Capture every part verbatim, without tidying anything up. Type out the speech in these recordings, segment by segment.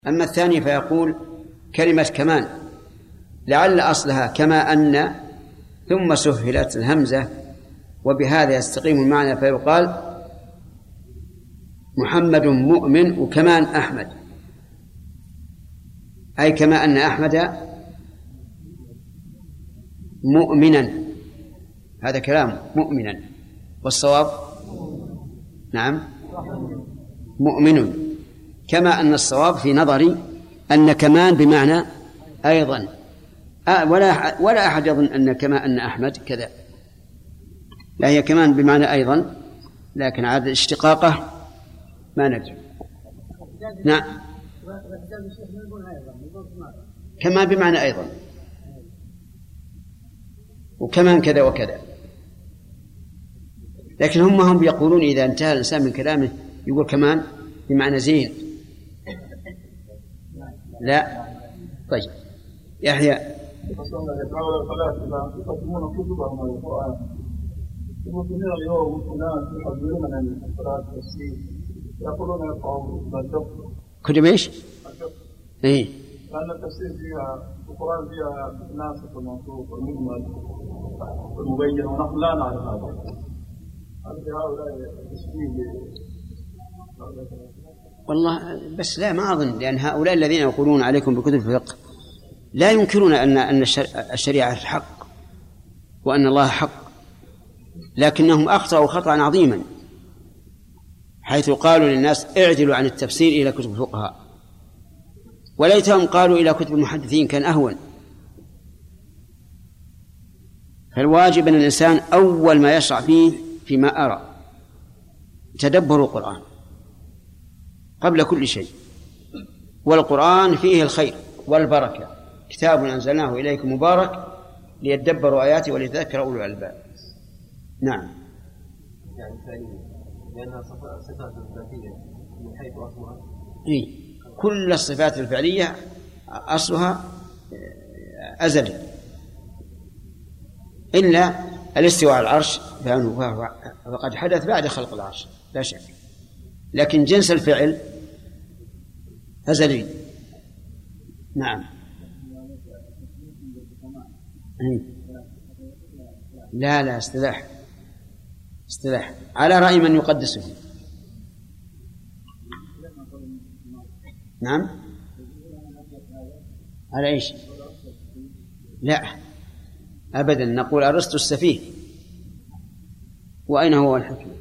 أما الثاني فيقول كلمة كمان لعل أصلها كما أن ثم سهلت الهمزة وبهذا يستقيم المعنى فيقال محمد مؤمن وكمان أحمد، أي كما أن أحمد مؤمنا، هذا كلام مؤمنا، والصواب نعم مؤمن، كما أن الصواب في نظري أن كمان بمعنى أيضا، ولا ولا أحد يظن أن كما أن أحمد كذا، لا هي كمان بمعنى أيضا، لكن عاد اشتقاقه ما ندري. نعم كمان بمعنى أيضا، وكمان كذا وكذا، لكن هم هم يقولون إذا انتهى الإنسان من كلامه يقول كمان بمعنى زين. لا طيب يحيى كتب ايش؟ ايه لأن التفسير فيها القرآن فيها ناسخ ومنسوخ والمجمل والمبين ونحن لا نعرف هذا. هل في هؤلاء تشبيه؟ والله بس لا ما أظن، لأن هؤلاء الذين يقولون عليكم بكتب الفقه لا ينكرون أن أن الشريعة حق وأن الله حق، لكنهم أخطأوا خطأ عظيما حيث قالوا للناس اعدلوا عن التفسير إلى كتب الفقهاء، وليتهم قالوا إلى كتب المحدثين كان أهون. فالواجب أن الإنسان أول ما يشرع فيه فيما أرى تدبر القرآن قبل كل شيء، والقرآن فيه الخير والبركة، كتاب أنزلناه إليكم مبارك ليدبروا آياته وليتذكر أولو الألباب. نعم يعني ثانيا لأنها صفات ذاتية من حيث أصلها. إيه كل الصفات الفعلية أصلها أزلي إلا الاستواء على العرش فقد حدث بعد خلق العرش لا شك، لكن جنس الفعل أزلي. نعم لا لا استلاح استلاح على رأي من يقدسه. نعم على إيش؟ لا أبدا، نقول أرسطو السفيه، وأين هو الحكيم؟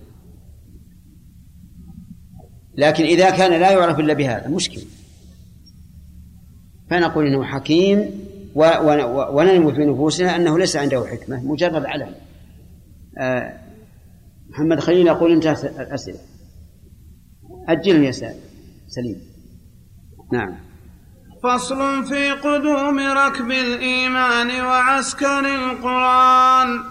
لكن إذا كان لا يعرف إلا بهذا مشكل، فنقول إنه حكيم وننوي في نفوسنا أنه ليس عنده حكمة مجرد علم. آه محمد خليل يقول انتهت الأسئلة، أجل يا سليم. نعم فصل في قدوم ركب الإيمان وعسكر القرآن.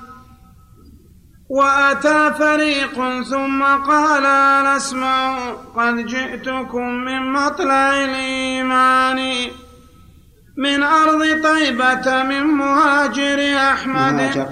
وأتى فريق ثم قال ألا اسمعوا قد جئتكم من مطلع الإيمان من أرض طيبة من مهاجر أحمد مهاجر.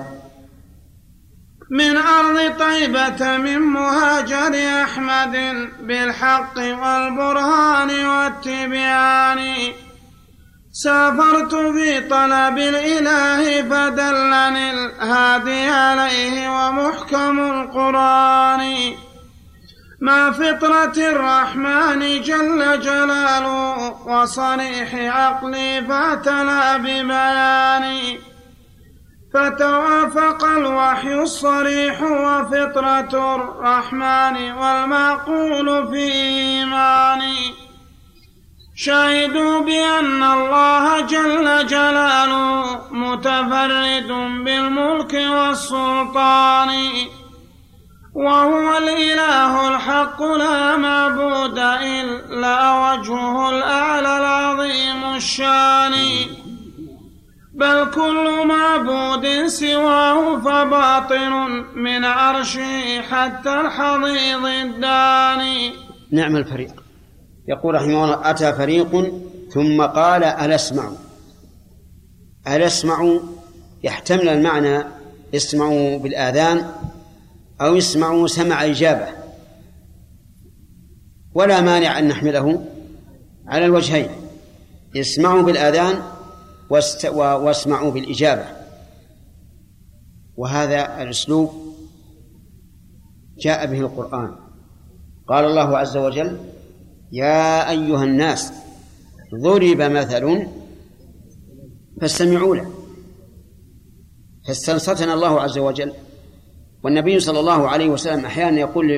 من أرض طيبة من مهاجر أحمد بالحق والبرهان والتبيان سافرت في طلب الإله فدلني الهادي عليه ومحكم القرآن ما فطرة الرحمن جل جلاله وصريح عقلي فاتلا ببيان فتوافق الوحي الصريح وفطرة الرحمن والمعقول في إيماني شهدوا بأن الله جل جلاله متفرد بالملك والسلطان وهو الإله الحق لا معبود إلا وجهه الأعلى العظيم الشان بل كل معبود سواه فباطن من عرشه حتى الحضيض الداني. نعم الفريق. يقول رحمه الله أتى فريق ثم قال ألا اسمعوا. ألا اسمعوا يحتمل المعنى اسمعوا بالآذان أو اسمعوا سمع إجابة، ولا مانع أن نحمله على الوجهين، اسمعوا بالآذان واسمعوا بالإجابة. وهذا الأسلوب جاء به القرآن. قال الله عز وجل: يا أيها الناس ضرب مثل فاستمعوا له. فاستنصتنا الله عز وجل. والنبي صلى الله عليه وسلم أحيانا يقول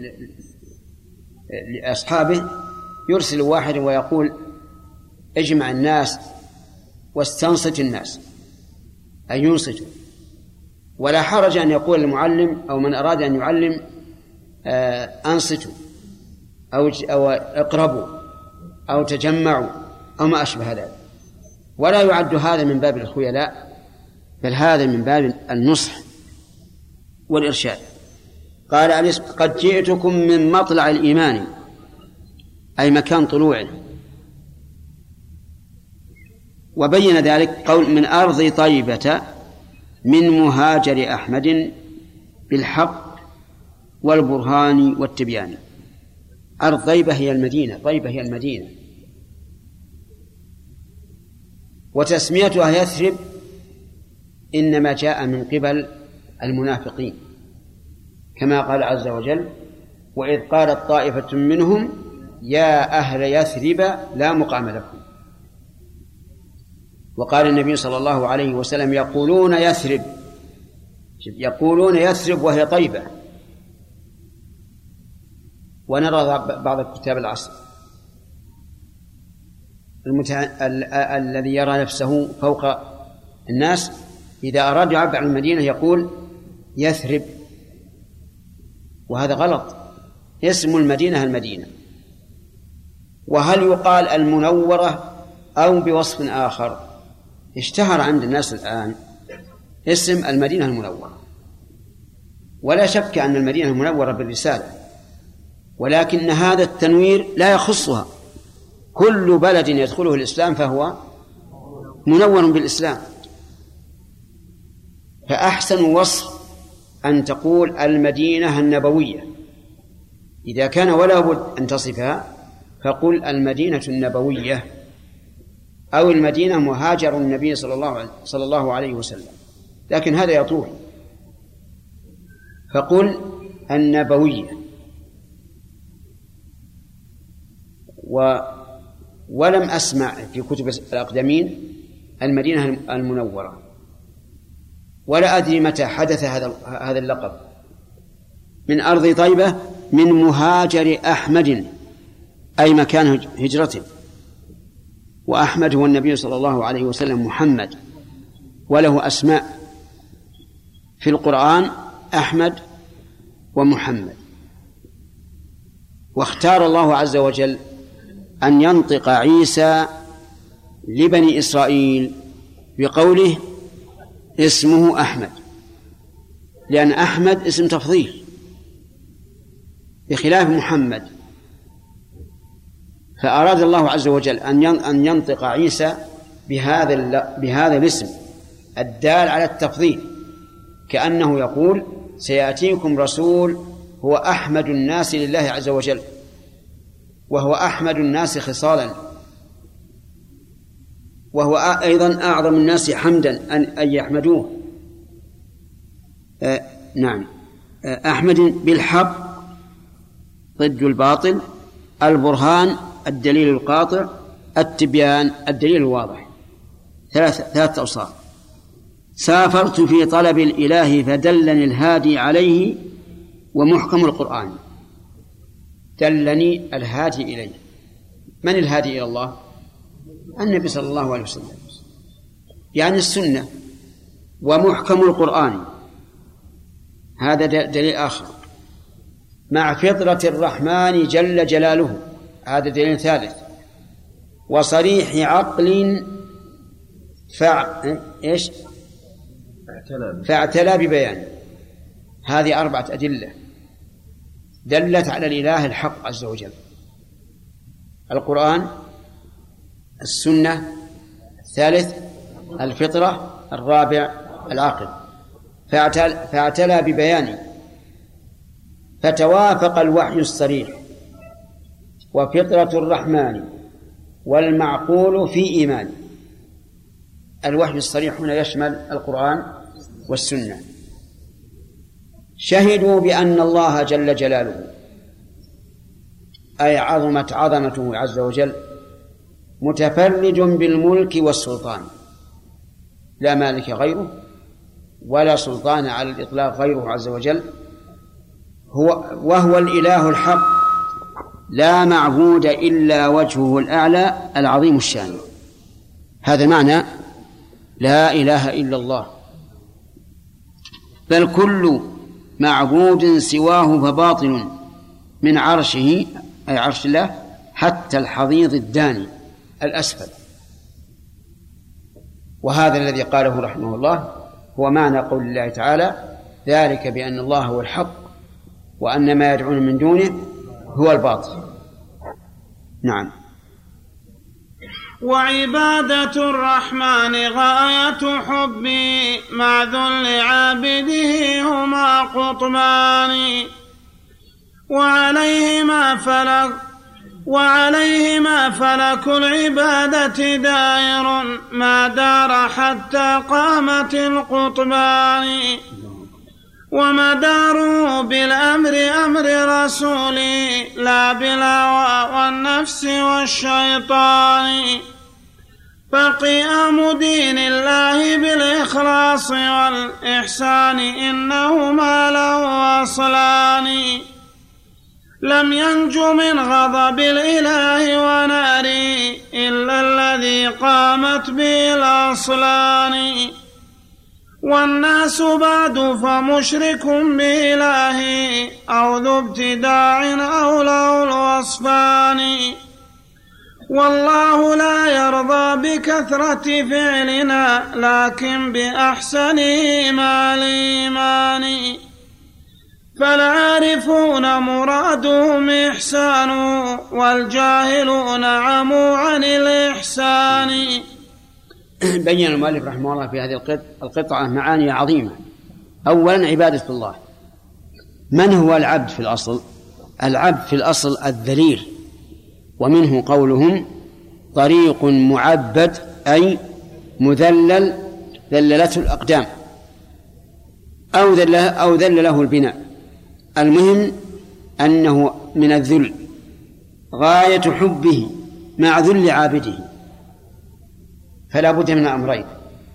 لأصحابه، يرسل واحد ويقول: اجمع الناس واستنصت الناس، أي ينصتوا. ولا حرج أن يقول المعلم أو من أراد أن يعلم أنصتوا أو أو اقربوا أو تجمعوا أو ما أشبه ذلك. ولا يعد هذا من باب الخيلاء، بل هذا من باب النصح والإرشاد. قال: قد جئتكم من مطلع الإيمان، أي مكان طلوعه. وبين ذلك قول: من أرض طيبة من مهاجر أحمد بالحق والبرهان والتبيان. أرض طيبة هي المدينة، طيبة هي المدينة. وتسميتها يثرب إنما جاء من قبل المنافقين، كما قال عز وجل: وإذ قالت طائفة منهم يا أهل يثرب لا مقام لكم. وقال النبي صلى الله عليه وسلم: يقولون يثرب، يقولون يثرب وهي طيبة. ونرى بعض كتاب العصر المتع... ال... الذي يرى نفسه فوق الناس إذا أراد يعبر عن المدينة يقول يثرب، وهذا غلط. اسم المدينة المدينة. وهل يقال المنورة أو بوصف آخر؟ اشتهر عند الناس الآن اسم المدينة المنورة، ولا شك أن المدينة المنورة بالرسالة، ولكن هذا التنوير لا يخصها. كل بلد يدخله الإسلام فهو منور بالإسلام. فأحسن وصف أن تقول المدينة النبوية، إذا كان ولا بد أن تصفها فقل المدينة النبوية، أو المدينة مهاجر النبي صلى الله صلى الله عليه وسلم، لكن هذا يطول، فقل النبوية. و ولم أسمع في كتب الأقدمين المدينة المنورة، ولا أدري متى حدث هذا هذا اللقب. من أرض طيبة من مهاجر أحمد، أي مكان هجرته. وأحمد هو النبي صلى الله عليه وسلم محمد، وله أسماء في القرآن أحمد ومحمد. واختار الله عز وجل أن ينطق عيسى لبني إسرائيل بقوله اسمه أحمد، لأن أحمد اسم تفضيل بخلاف محمد. فأراد الله عز وجل أن ينطق عيسى بهذا بهذا الاسم الدال على التفضيل، كأنه يقول سيأتيكم رسول هو أحمد الناس لله عز وجل، وهو أحمد الناس خصالا، وهو أيضا أعظم الناس حمدا أن يحمدوه. آه نعم آه أحمد بالحق ضد الباطل، البرهان الدليل القاطع، التبيان الدليل الواضح. ثلاث ثلاث أوصاف. سافرت في طلب الإله فدلني الهادي عليه ومحكم القرآن. دلني الهادي إليه. من الهادي إلى الله؟ النبي صلى الله عليه وسلم، يعني السنة. ومحكم القرآن هذا دليل آخر، مع فطرة الرحمن جل جلاله هذا دليل ثالث. وصريح عقل فع... إيش؟ فاعتلى ببيان. هذه أربعة أدلة دلت على الإله الحق عز وجل: القرآن، السنة، الثالث الفطرة، الرابع العقل. فاعتلى, فاعتلى ببيانه، فتوافق الوحي الصريح وفطرة الرحمن والمعقول في إيمانه. الوحي الصريح هنا يشمل القرآن والسنة. شهدوا بأن الله جل جلاله أي عظمت عظمته عز وجل متفرج بالملك والسلطان، لا مالك غيره ولا سلطان على الإطلاق غيره عز وجل، هو وهو الإله الحق لا معبود إلا وجهه الأعلى العظيم الشان. هذا معنى لا إله إلا الله. بل كل معبود سواه فباطل من عرشه أي عرش الله حتى الحضيض الداني الأسفل. وهذا الذي قاله رحمه الله هو معنى قول الله تعالى ذلك بأن الله هو الحق وأن ما يدعون من دونه هو الباطل. نعم. وعبادة الرحمن غاية حبي مع ذل عابده هما قطبان وعليهما فلك وعليهما فلك العبادة دائر ما دار حتى قامت القطبان ومداره بالأمر أمر رسولي لا بالهوى والنفس والشيطان فقيام دين الله بالإخلاص والإحسان إنهما له أصلان لم ينج من غضب الإله وناره إلا الذي قامت به الأصلان والناس بعد فمشرك بإلهه أو ذو ابتداع أو له الوصفان والله لا يرضى بكثرة فعلنا لكن بأحسنه مع الإيمان فالعارفون مرادهم إحسان والجاهلون عموا عن الإحسان. بين المؤلف رحمه الله في هذه القطعة معاني عظيمة. أولا عبادة الله. من هو العبد في الأصل؟ العبد في الأصل الذليل، ومنه قولهم طريق معبد أي مذلل ذللته الأقدام أو ذله, أو ذلله البناء. المهم أنه من الذل غاية حبه مع ذل عابده، فلا بد من أمرين.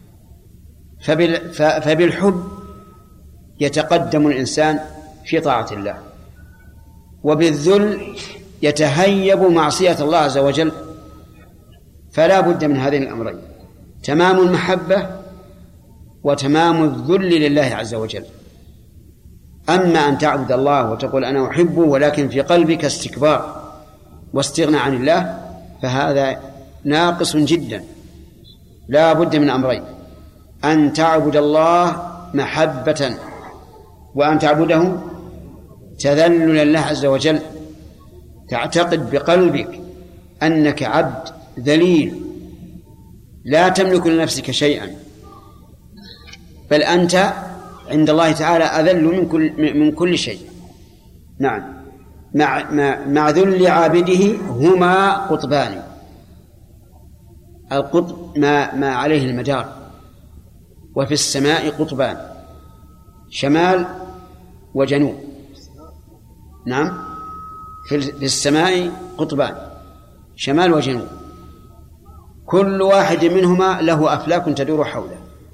فبالحب يتقدم الإنسان في طاعة الله، وبالذل يتهيب معصية الله عز وجل، فلا بد من هذين الأمرين: تمام المحبة وتمام الذل لله عز وجل. أما أن تعبد الله وتقول أنا أحبه ولكن في قلبك استكبار واستغنى عن الله فهذا ناقص جدا. لا بد من أمرين: أن تعبد الله محبة، وأن تعبده تذللا لله عز وجل، تعتقد بقلبك أنك عبد ذليل لا تملك لنفسك شيئا، بل أنت عند الله تعالى أذل من كل, من كل شيء. نعم. مع, مع, مع ذل عابده هما قطبان. القطب ما, ما عليه المدار، وفي السماء قطبان شمال وجنوب. نعم. في السماء قطبان شمال وجنوب، كل واحد منهما له أفلاك تدور حوله،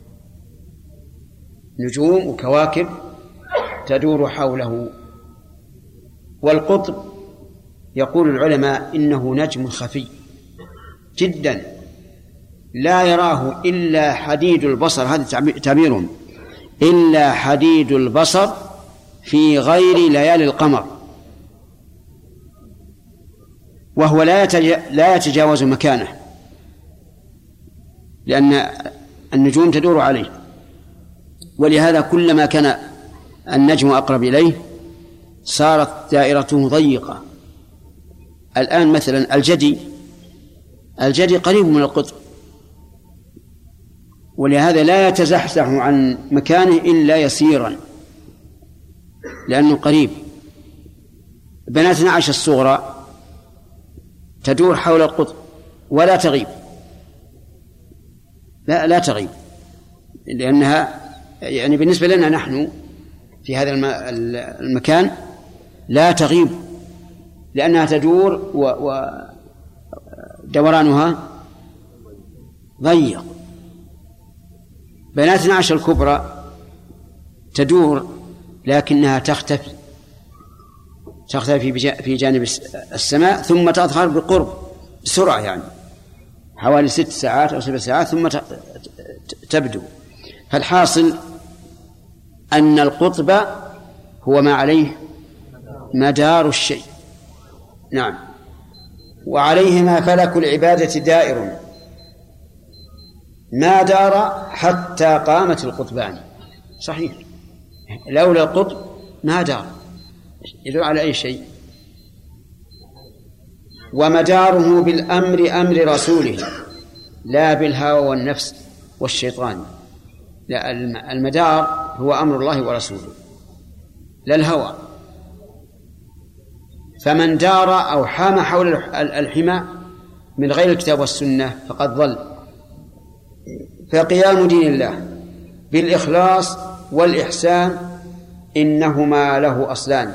نجوم وكواكب تدور حوله. والقطب يقول العلماء إنه نجم خفي جدا لا يراه إلا حديد البصر، هذا تعبيرهم، إلا حديد البصر في غير ليالي القمر، وهو لا يتجاوز مكانه لأن النجوم تدور عليه، ولهذا كلما كان النجم أقرب إليه صارت دائرته ضيقة. الآن مثلا الجدي الجدي قريب من القطب، ولهذا لا يتزحزح عن مكانه إلا يسيرا لأنه قريب. بنات نعش الصغرى تدور حول القطب ولا تغيب، لا لا تغيب، لأنها يعني بالنسبة لنا نحن في هذا المكان لا تغيب، لأنها تدور ودورانها ضيق. بناتنا عشر الكبرى تدور لكنها تختفي تختفي في جانب السماء ثم تظهر بقرب بسرعة، يعني حوالي ست ساعات أو سبع ساعات ثم تبدو. فالحاصل أن القطب هو ما عليه مدار الشيء. نعم. وعليهما فلك العبادة دائر ما دار حتى قامت القطبان. صحيح، لولا القطب ما دار، يدل على أي شيء. ومداره بالأمر أمر رسوله لا بالهوى والنفس والشيطان. لا، المدار هو أمر الله ورسوله لا الهوى. فمن دار أو حام حول الحمى من غير الكتاب والسنة فقد ضل. فقيام دين الله بالإخلاص والإحسان إنهما له أصلان.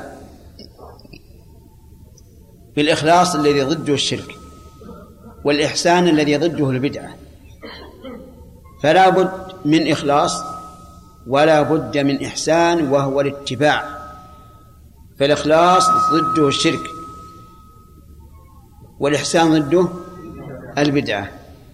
بالإخلاص الذي ضده الشرك، والإحسان الذي ضده البدعة. فلا بد من إخلاص ولا بد من إحسان وهو الاتباع. فالإخلاص ضده الشرك والإحسان ضده البدعة.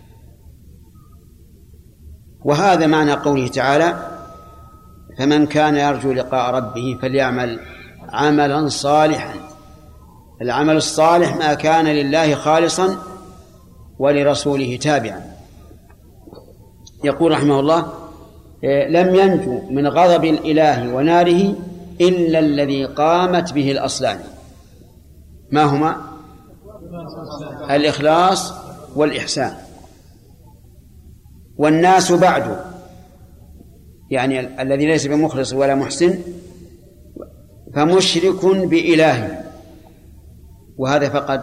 وهذا معنى قوله تعالى: فمن كان يرجو لقاء ربه فليعمل عملا صالحا. العمل الصالح ما كان لله خالصا ولرسوله تابعا. يقول رحمه الله: لم ينجو من غضب الإله وناره إلا الذي قامت به الأصلان. ما هما؟ الإخلاص والإحسان. والناس بعد، يعني الذي ليس بمخلص ولا محسن فمشرك بإله، وهذا فقد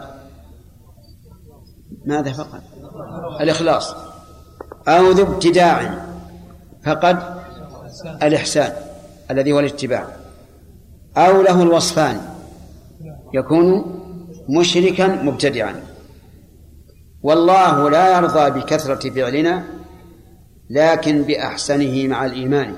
ماذا فقد؟ الإخلاص. أو ذو ابتداع فقد الإحسان الذي هو الاتباع. أو له الوصفان يكون مشركا مبتدعا. والله لا يرضى بكثرة فعلنا لكن بأحسنه مع الإيمان.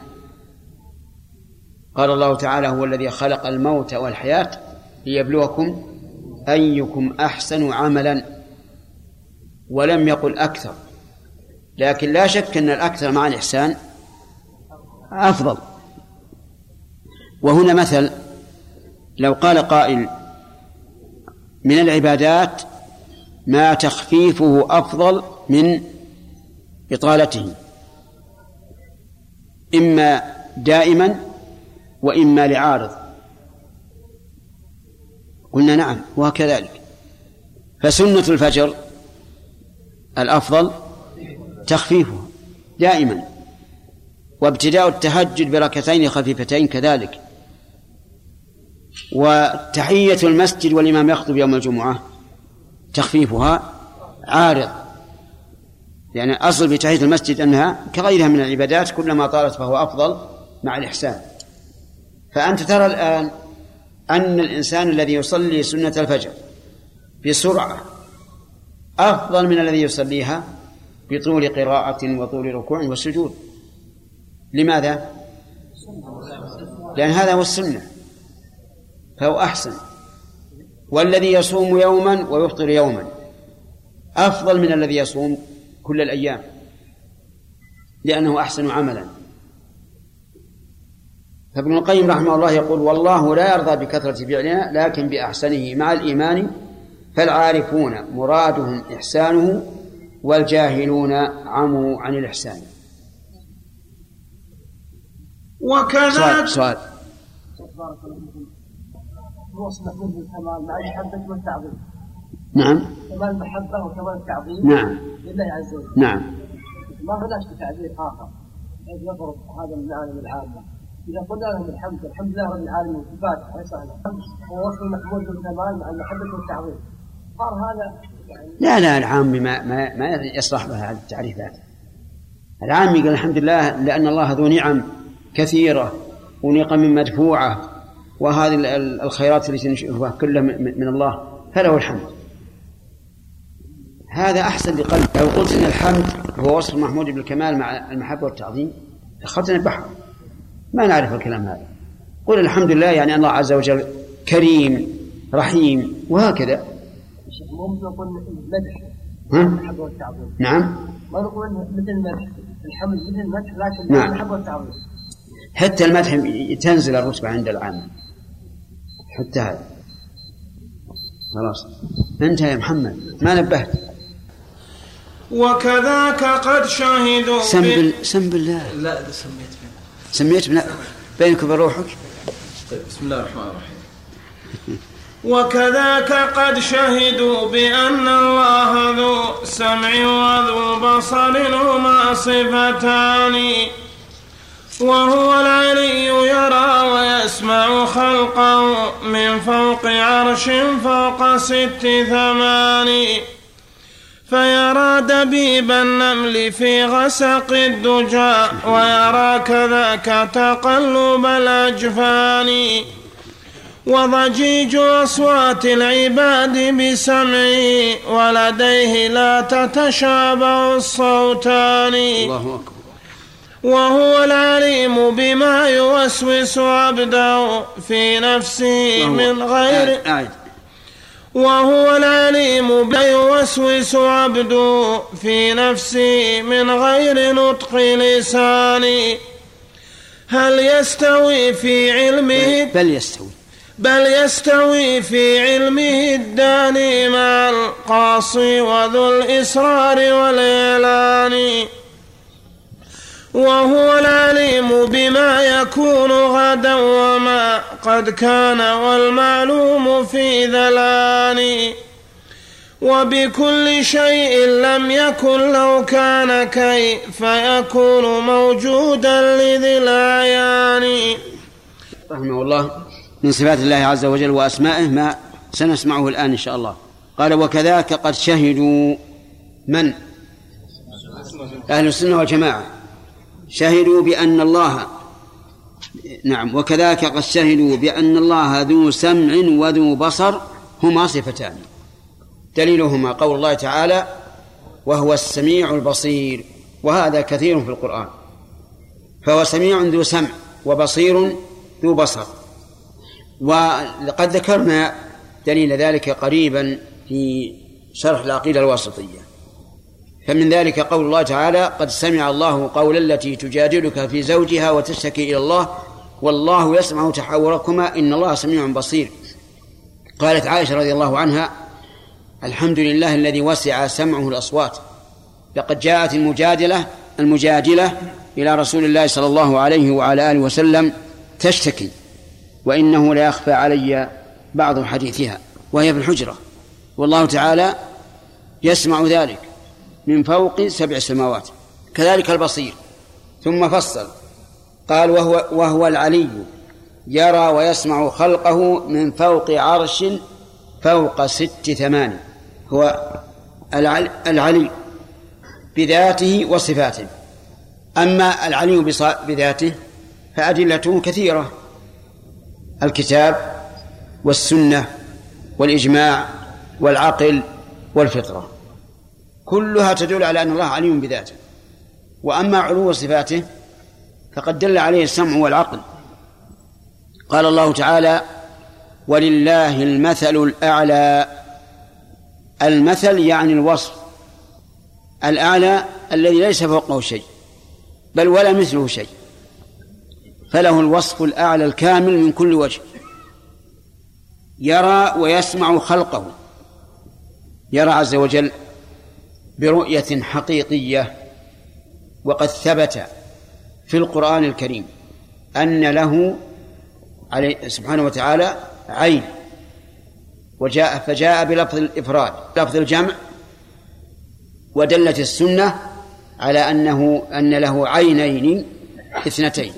قال الله تعالى: هو الذي خلق الموت والحياة ليبلوكم أيكم أحسن عملا. ولم يقل أكثر، لكن لا شك أن الأكثر مع الإحسان أفضل. وهنا مثل: لو قال قائل: من العبادات ما تخفيفه أفضل من إطالته، إما دائما وإما لعارض، قلنا نعم وكذلك. فسنة الفجر الأفضل تخفيفه دائما، وابتداء التهجد بركتين خفيفتين كذلك، وتحية المسجد والإمام يخطب يوم الجمعة تخفيفها عارض، يعني أصل في تحية المسجد أنها كغيرها من العبادات كلما طالت فهو أفضل مع الإحسان. فأنت ترى الآن أن الإنسان الذي يصلي سنة الفجر بسرعة أفضل من الذي يصليها بطول قراءة وطول ركوع وسجود. لماذا؟ لأن هذا هو السنة فهو أحسن. والذي يصوم يوما ويفطر يوما أفضل من الذي يصوم كل الأيام لأنه أحسن عملا. فابن القيم رحمه الله يقول: والله لا يرضى بكثرة فعلنا لكن بأحسنه مع الإيمان. فالعارفون مرادهم إحسانه والجاهلون عموا عن الإحسان. وكذا سؤال, سؤال. مع المحبة والتعظيم. نعم. كمال المحبة وكمال التعظيم. نعم. لله عز وجل. نعم. ما هناش تعبير آخر حيث نفرض هذا من العالم العامة. إذا قلنا لهم الحمد الحمد لله رب العالمين الفاتحة ليس الحمد هو وصف المحمود بالكمال مع المحبة والتعظيم، صار هذا لا لا العامي ما ما ما يصلح بها هذه التعريفات. العامي قال الحمد لله لأن الله ذو نعم كثيرة ونقم مدفوعة، وهذه الخيرات التي نشوفها كلها من الله فله الحمد. هذا أحسن لقلب. لو قلت إن الحمد هو وصف محمود بالكمال مع المحبة والتعظيم دخلتنا البحر، ما نعرف الكلام هذا. قل الحمد لله يعني الله عز وجل كريم رحيم وهكذا. ممكن نقول المدح المحبة والتعظيم. نعم. ما نقول مثل المدح الحمد مثل المدح لكن نعم. المحبة والتعظيم. حتى المدح تنزل الرتبة عند العامة حتى هذا. خلاص انتهى يا محمد ما نبهت. وكذاك قد شهدوا سم, بال... سم بالله. لا إذا سميت بنا. سميت بنا بينك وبين روحك. طيب بسم الله الرحمن الرحيم. وكذاك قد شهدوا بأن الله ذو سمع وذو بصر هما صفتان، وهو العلي يرى ويسمع خلقه من فوق عرش فوق ست ثمان، فيرى دبيب النمل في غسق الدجى ويرى كذاك تقلب الأجفان، وضجيج أصوات العباد بسمعه ولديه لا تتشابه الصوتان. الله أكبر. وهو العليم بما يوسوس عبده في نفسه من غير وهو العليم بما يوسوس عبده في نفسه من غير نطق لسانه. هل يستوي في علمه بل يستوي بل يستوي في علمه الداني مع القاصي وذو الإسرار والإعلان. وهو العليم بما يكون غدا وما قد كان والمعلوم في ذلان، وبكل شيء لم يكن لو كان كيف يكون موجودا لذي الأعيان. رحمه الله من صفات الله عز وجل وأسمائه ما سنسمعه الآن إن شاء الله. قال وكذاك قد شهدوا من؟ أهل السنة والجماعة شهدوا بأن الله نعم وكذاك قد شهدوا بأن الله ذو سمع وذو بصر هما صفتان، دليلهما قول الله تعالى وهو السميع البصير، وهذا كثير في القرآن. فهو سميع ذو سمع وبصير ذو بصر، وقد ذكرنا دليل ذلك قريبا في شرح العقيدة الواسطية. فمن ذلك قول الله تعالى قد سمع الله قول التي تجادلك في زوجها وتشتكي إلى الله والله يسمع تحاوركما إن الله سميع بصير. قالت عائشة رضي الله عنها الحمد لله الذي وسع سمعه الأصوات، لقد جاءت المجادلة المجادلة إلى رسول الله صلى الله عليه وعلى آله وسلم تشتكي وإنه لا يخفى علي بعض حديثها وهي في الحجرة، والله تعالى يسمع ذلك من فوق سبع سماوات. كذلك البصير. ثم فصل قال وهو, وهو العلي يرى ويسمع خلقه من فوق عرش فوق ست ثمان. هو العلي بذاته وصفاته. أما العلي بذاته فأدلته كثيرة، الكتاب والسنة والإجماع والعقل والفطرة كلها تدل على أن الله عليم بذاته. وأما علو صفاته فقد دل عليه السمع والعقل. قال الله تعالى ولله المثل الأعلى. المثل يعني الوصف الأعلى الذي ليس فوقه شيء بل ولا مثله شيء، فله الوصف الأعلى الكامل من كل وجه. يرى ويسمع خلقه، يرى عز وجل برؤية حقيقية، وقد ثبت في القرآن الكريم أن له عليه سبحانه وتعالى عين، وجاء فجاء بلفظ الإفراد لفظ الجمع، ودلت السنة على أنه أن له عينين اثنتين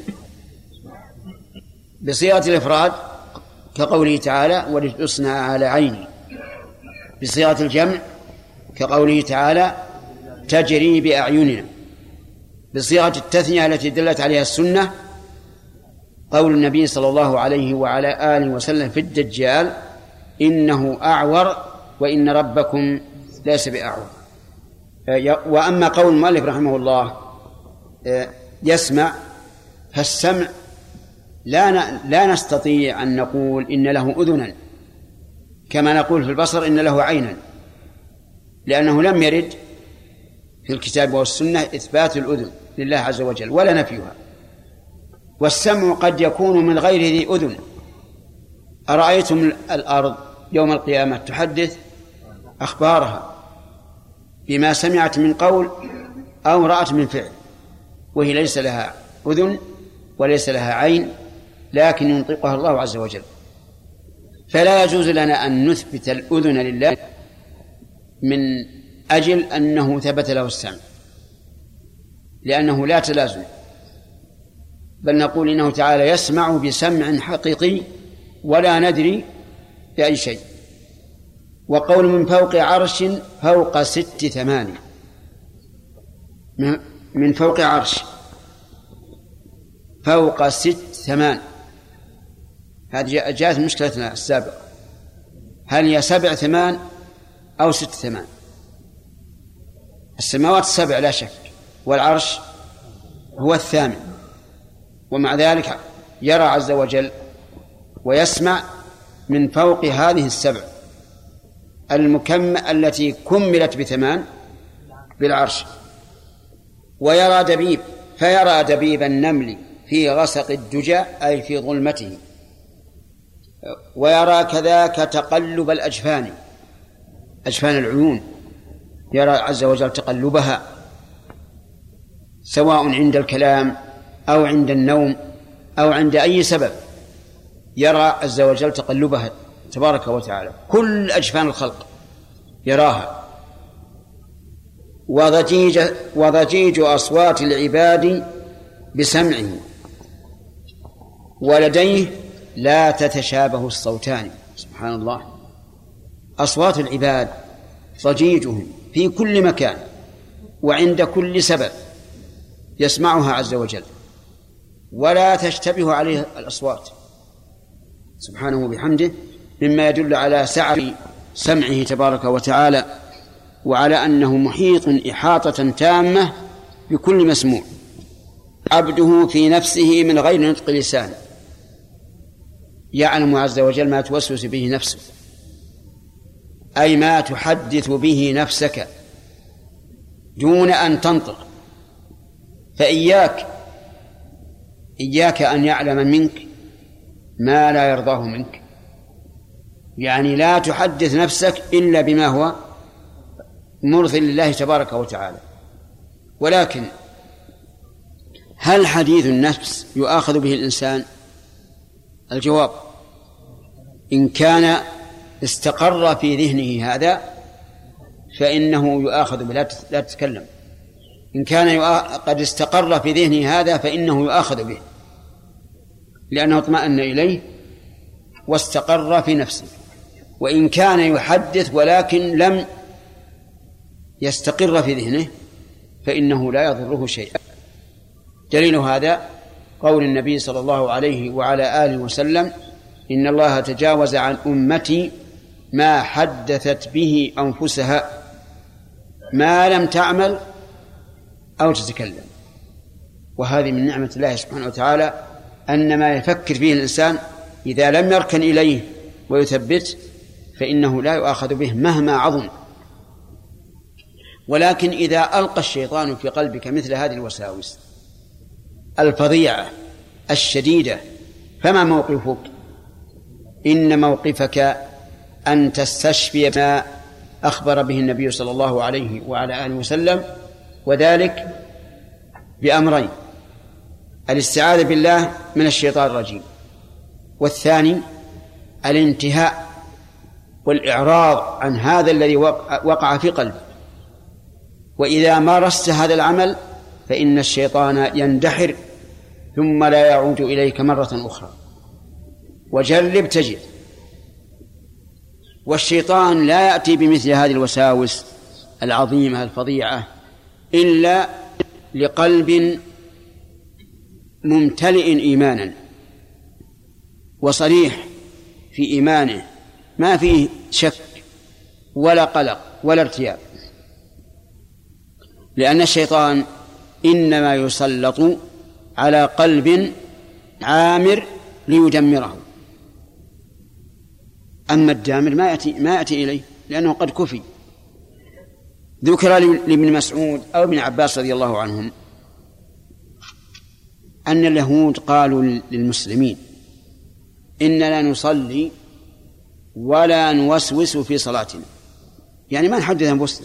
بصيغة الإفراد كقوله تعالى ولتصنع على عيني، بصيغة الجمع كقوله تعالى تجري بأعيننا بصيغة التثنية التي دلت عليها السنة. قول النبي صلى الله عليه وعلى آله وسلم في الدجال إنه أعور وإن ربكم ليس بأعور. وأما قول المؤلف رحمه الله يسمع، فالسمع لا لا نستطيع أن نقول إن له أذنا كما نقول في البصر إن له عينا، لأنه لم يرد في الكتاب والسنة إثبات الأذن لله عز وجل ولا نفيها. والسمع قد يكون من غير ذي أذن. أرأيتم الأرض يوم القيامة تحدث أخبارها بما سمعت من قول أو رأت من فعل، وهي ليس لها أذن وليس لها عين، لكن ينطقها الله عز وجل. فلا يجوز لنا أن نثبت الأذن لله من أجل أنه ثبت له السمع، لأنه لا تلازم، بل نقول إنه تعالى يسمع بسمع حقيقي ولا ندري بأي شيء. وقول من فوق عرش فوق ست ثمان، من فوق عرش فوق ست ثمان، هذه جاءت مشكلتنا السابقة، هل هي سبع ثمان أو ست ثمان؟ السماوات السبع لا شك، والعرش هو الثامن، ومع ذلك يرى عز وجل ويسمع من فوق هذه السبع المكمل التي كملت بثمان بالعرش. ويرى دبيب، فيرى دبيب النمل في غسق الدجى أي في ظلمته، ويرى كذاك تقلب الأجفان، أجفان العيون يرى عز وجل تقلبها، سواء عند الكلام أو عند النوم أو عند أي سبب يرى عز وجل تقلبها تبارك وتعالى، كل أجفان الخلق يراها. وضجيج, وضجيج أصوات العباد بسمعه، ولديه لا تتشابه الصوتان. سبحان الله، أصوات العباد ضجيجهم في كل مكان وعند كل سبب يسمعها عز وجل، ولا تشتبه عليه الأصوات سبحانه بحمده، مما يدل على سعة سمعه تبارك وتعالى، وعلى أنه محيط إحاطة تامة بكل مسموع. عبده في نفسه من غير نطق لسان، يعلم عز وجل ما توسوس به نفسه، أي ما تحدث به نفسك دون أن تنطق. فإياك إياك أن يعلم منك ما لا يرضاه منك، يعني لا تحدث نفسك إلا بما هو مرضي لله تبارك وتعالى. ولكن هل حديث النفس يؤاخذ به الإنسان؟ الجواب إن كان استقر في ذهنه هذا فإنه يؤاخذ به، لا تتكلم. إن كان قد استقر في ذهنه هذا فإنه يؤاخذ به، لأنه اطمأن إليه واستقر في نفسه. وإن كان يحدث ولكن لم يستقر في ذهنه فإنه لا يضره شيئا. دليل هذا قول النبي صلى الله عليه وعلى آله وسلم إن الله تجاوز عن أمتي ما حدثت به أنفسها ما لم تعمل أو تتكلم. وهذه من نعمة الله سبحانه وتعالى أن ما يفكر فيه الإنسان إذا لم يركن إليه ويثبت فإنه لا يؤاخذ به مهما عظم. ولكن إذا ألقى الشيطان في قلبك مثل هذه الوساوس الفظيعة الشديدة فما موقفك؟ إن موقفك أن تستشفي ما أخبر به النبي صلى الله عليه وعلى آله وسلم، وذلك بأمرين: الاستعاذة بالله من الشيطان الرجيم، والثاني الانتهاء والإعراض عن هذا الذي وقع في قلبك. وإذا مارست هذا العمل فإن الشيطان يندحر ثم لا يعود إليك مرة أخرى. وجرب تجد. والشيطان لا يأتي بمثل هذه الوساوس العظيمة الفظيعة إلا لقلب ممتلئ إيمانا وصريح في إيمانه، ما فيه شك ولا قلق ولا ارتياب، لأن الشيطان إنما يسلط على قلب عامر ليدمره، أما الدامر ما يأتي, ما يأتي إليه لأنه قد كفي. ذكر لابن مسعود أو ابن عباس رضي الله عنهم أن اليهود قالوا للمسلمين إننا نصلي ولا نوسوس في صلاتنا، يعني ما نحدث أنفسنا،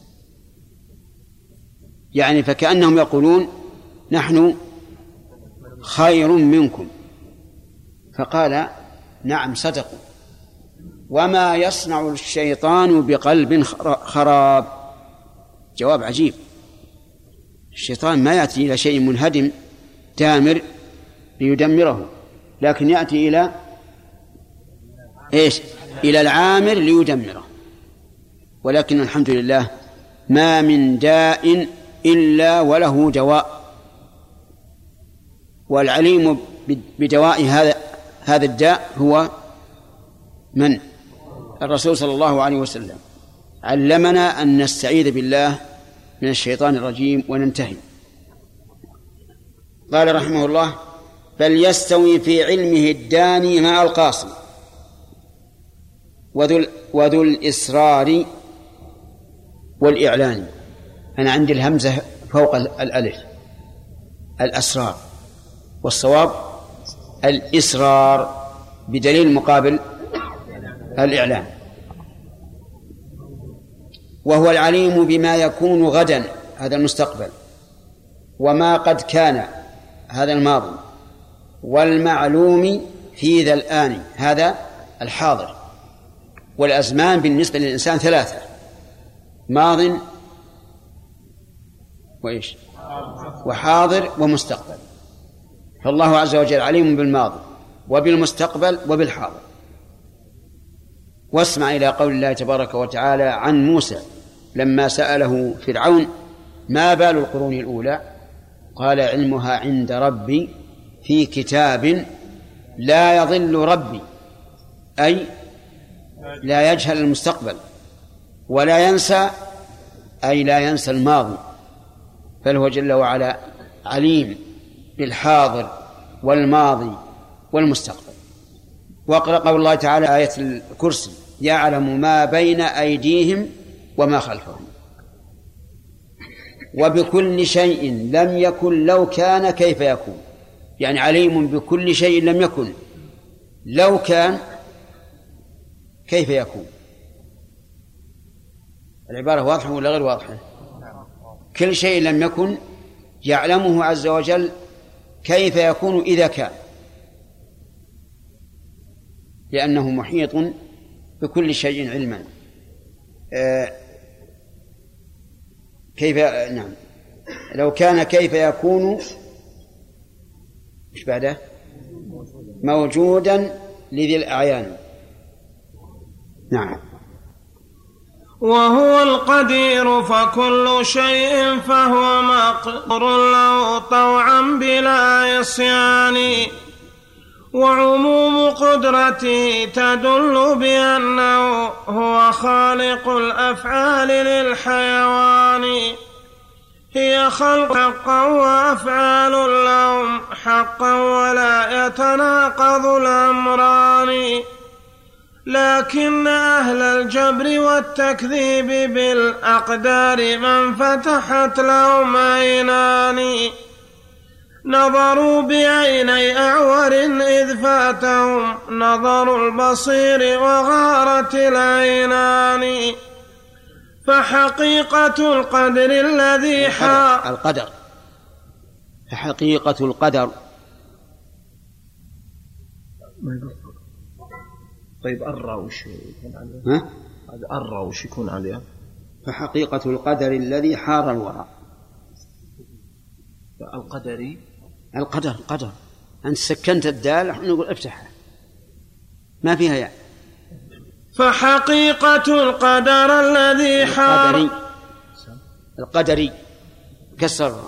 يعني فكأنهم يقولون نحن خير منكم. فقال نعم صدقوا، وما يصنع الشيطان بقلب خراب. جواب عجيب، الشيطان ما يأتي إلى شيء منهدم دامر ليدمره، لكن يأتي إلى إيش؟ إلى العامر ليدمره. ولكن الحمد لله ما من داء إلا وله دواء، والعليم بدواء هذا هذا الداء هو من؟ الرسول صلى الله عليه وسلم علمنا أن نستعيذ بالله من الشيطان الرجيم وننتهي. قال رحمه الله: بل يستوي في علمه الداني مع القاصي وذو, وذو الإسرار والإعلان. أنا عندي الهمزة فوق الألف، الأسرار، والصواب الإسرار بدليل مقابل الإعلان. وهو العليم بما يكون غدا، هذا المستقبل، وما قد كان، هذا الماضي، والمعلوم في ذا الآن، هذا الحاضر. والأزمان بالنسبة للإنسان ثلاثة: ماض وإيش وحاضر ومستقبل. فالله عز وجل عليم بالماضي وبالمستقبل وبالحاضر. واسمع إلى قول الله تبارك وتعالى عن موسى لما سأله فرعون: ما بال القرون الأولى؟ قال: علمها عند ربي في كتاب لا يضل ربي، أي لا يجهل المستقبل ولا ينسى، أي لا ينسى الماضي، بل هو جل وعلا عليم بالحاضر والماضي والمستقبل. واقرأ قول الله تعالى آية الكرسي: يعلم ما بين أيديهم وما خلفهم. وبكل شيء لم يكن لو كان كيف يكون، يعني عليم بكل شيء لم يكن، لو كان كيف يكون. العبارة واضحة ولا غير واضحة؟ كل شيء لم يكن يعلمه عز وجل كيف يكون إذا كان، لأنه محيط بكل شيء علما. آه كيف نعم لو كان كيف يكون إيش بعده؟ موجودا لذي الأعيان. نعم. وهو القدير فكل شيء فهو مقدور له طوعا بلا عصيان. وعموم قدرته تدل بأنه هو خالق الأفعال للحيوان، هي خلق حقا وأفعال لهم حقا ولا يتناقض الأمران. لكن أهل الجبر والتكذيب بالأقدار من فتحت لهم عينان، نظروا بعيني أعور إذ فاتهم نظر البصير وغارت العينان. فحقيقة القدر الذي حا القدر فحقيقة القدر. طيب أرى وش يكون عليه؟ ها؟ هذا أرى وش يكون عليه؟ فحقيقة القدر الذي حار الورى. القدري القدر القدر أنت سكنت الدال نحن نقول افتحها ما فيها يعني. فحقيقة القدر الذي حار القدري كسر.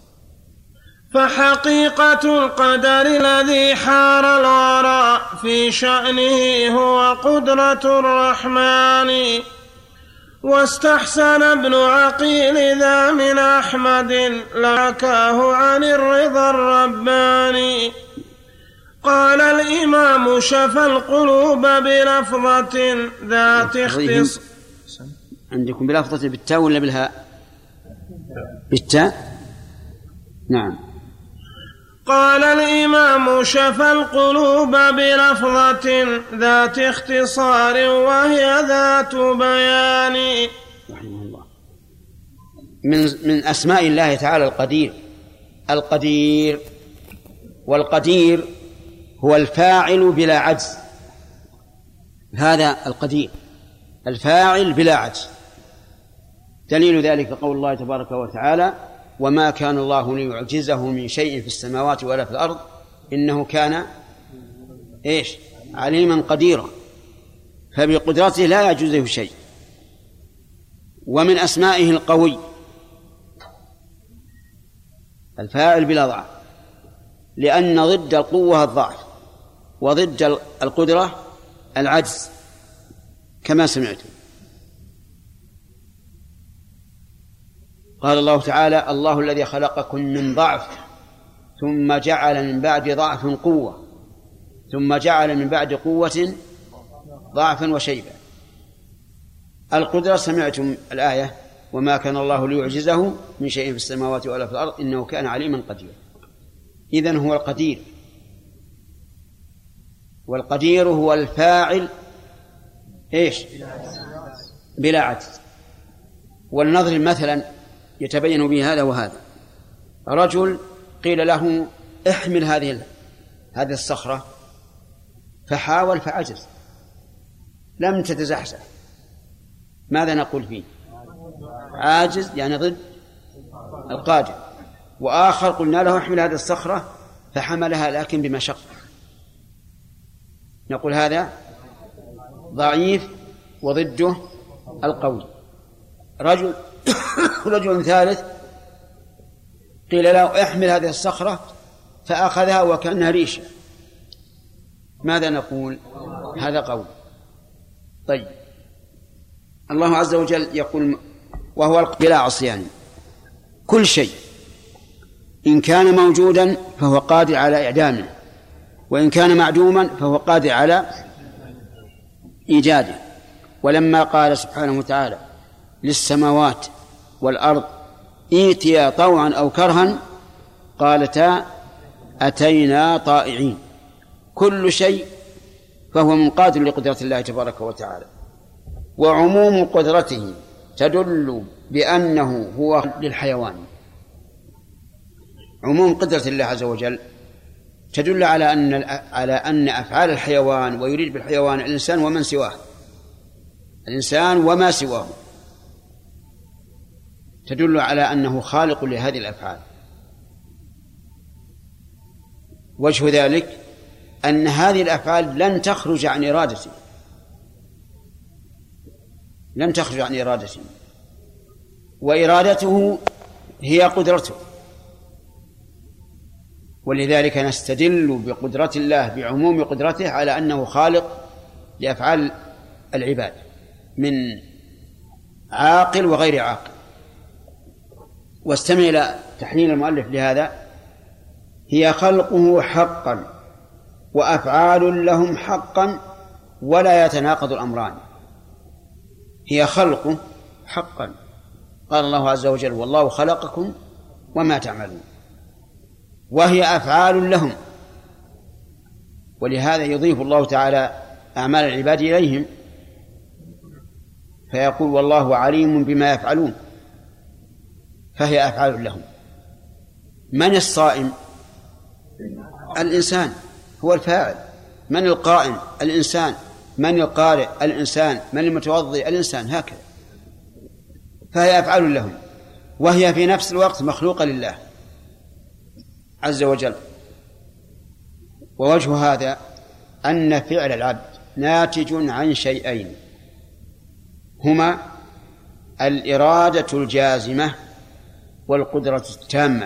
فحقيقة القدر الذي حار الورى في شأنه هو قدرة الرحمن. واستحسن ابن عقيل ذا من أحمد لكاه عن الرضا الرباني. قال الإمام شفى القلوب بلفظة ذات اختص. عندكم بلفظة بالتاء ولا بالهاء؟ بالتاء. نعم. قال الإمام شفى القلوب بلفظة ذات اختصار وهي ذات بيان. رحمه الله. من من أسماء الله تعالى القدير. القدير والقدير هو الفاعل بلا عجز. هذا القدير الفاعل بلا عجز. دليل ذلك قول الله تبارك وتعالى: وما كان الله ليعجزه من شيء في السماوات ولا في الأرض إنه كان إيش عليما قديرا. فبقدرته لا يعجزه شيء. ومن أسمائه القوي الفاعل بلا ضعف، لأن ضد القوة الضعف وضد القدرة العجز كما سمعتم. قال الله تعالى: الله الذي خلقكم من ضعف ثم جعل من بعد ضعف قوة ثم جعل من بعد قوة ضعفا وشيبا. القدرة سمعتم الآية: وما كان الله ليعجزه من شيء في السماوات ولا في الأرض إنه كان عليما قديرا. إذن هو القدير، والقدير هو الفاعل إيش بلا عجز. ولنضرب مثلا يتبين به هذا وهذا. رجل قيل له: احمل هذه هذه الصخرة، فحاول فعجز، لم تتزحزح. ماذا نقول فيه؟ عاجز، يعني ضد القادر. وآخر قلنا له: احمل هذه الصخرة، فحملها لكن بمشقة، نقول هذا ضعيف وضده القوي. رجل رجل ثالث قيل له: احمل هذه الصخرة، فأخذها وكأنها ريشة، ماذا نقول؟ هذا قوي. طيب، الله عز وجل يقول: وهو بلا عصيان. كل شيء إن كان موجودا فهو قادر على إعدامه، وإن كان معدوما فهو قادر على إيجاده. ولما قال سبحانه وتعالى للسماوات والأرض ائتيا طوعا أو كرها قالتا أتينا طائعين. كل شيء فهو منقاد لقدرة الله تبارك وتعالى. وعموم قدرته تدل بأنه هو للحيوان. عموم قدرة الله عز وجل تدل على أن على أن أفعال الحيوان، ويريد بالحيوان الإنسان ومن سواه، الإنسان وما سواه، تدل على أنه خالق لهذه الأفعال. وجه ذلك أن هذه الأفعال لن تخرج عن إرادته، لن تخرج عن إرادته، وإرادته هي قدرته. ولذلك نستدل بقدرة الله، بعموم قدرته، على أنه خالق لأفعال العباد من عاقل وغير عاقل. واستمع إلى تحليل المؤلف لهذا: هي خلقه حقا وأفعال لهم حقا ولا يتناقض الأمران. هي خلقه حقا، قال الله عز وجل: والله خلقكم وما تعملون. وهي أفعال لهم، ولهذا يضيف الله تعالى أعمال العباد إليهم، فيقول: والله عليم بما يفعلون. فهي أفعال لهم. من الصائم؟ الإنسان هو الفاعل. من القائم؟ الإنسان. من القارئ؟ الإنسان. من المتوضئ؟ الإنسان. هكذا. فهي أفعال لهم، وهي في نفس الوقت مخلوقة لله عز وجل. ووجه هذا أن فعل العبد ناتج عن شيئين هما الإرادة الجازمة والقدرة التامة.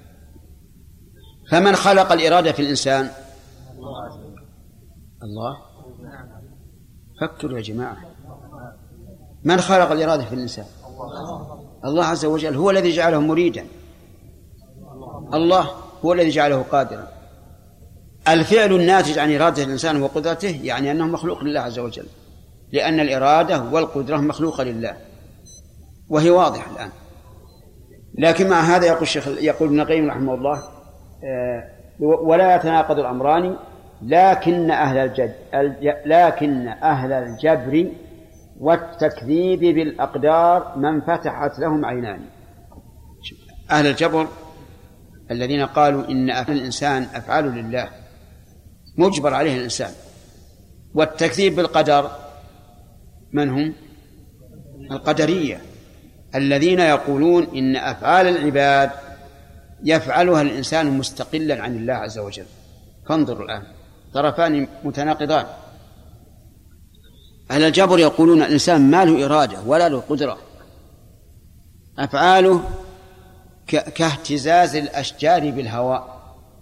فمن خلق الإرادة في الإنسان؟ الله. فكروا يا جماعة، من خلق الإرادة في الإنسان؟ الله عز وجل، هو الذي جعله مريدا، الله هو الذي جعله قادرا. الفعل الناتج عن إرادة الإنسان وقدرته يعني أنه مخلوق لله عز وجل، لأن الإرادة والقدرة مخلوقة لله، وهي واضحة الآن. لكن مع هذا يقول الشيخ يقول ابن القيم رحمه الله ولا يتناقض الأمران، لكن أهل الجد لكن أهل الجبر والتكذيب بالأقدار من فتحت لهم عينان. أهل الجبر الذين قالوا إن أفعال الإنسان أفعال لله مجبر عليه الإنسان، والتكذيب بالقدر من هم؟ القدرية الذين يقولون إن أفعال العباد يفعلها الإنسان مستقلا عن الله عز وجل. فانظروا الآن طرفان متناقضان. أهل الجبر يقولون الإنسان ما له إرادة ولا له قدرة، أفعاله كاهتزاز الأشجار بالهواء.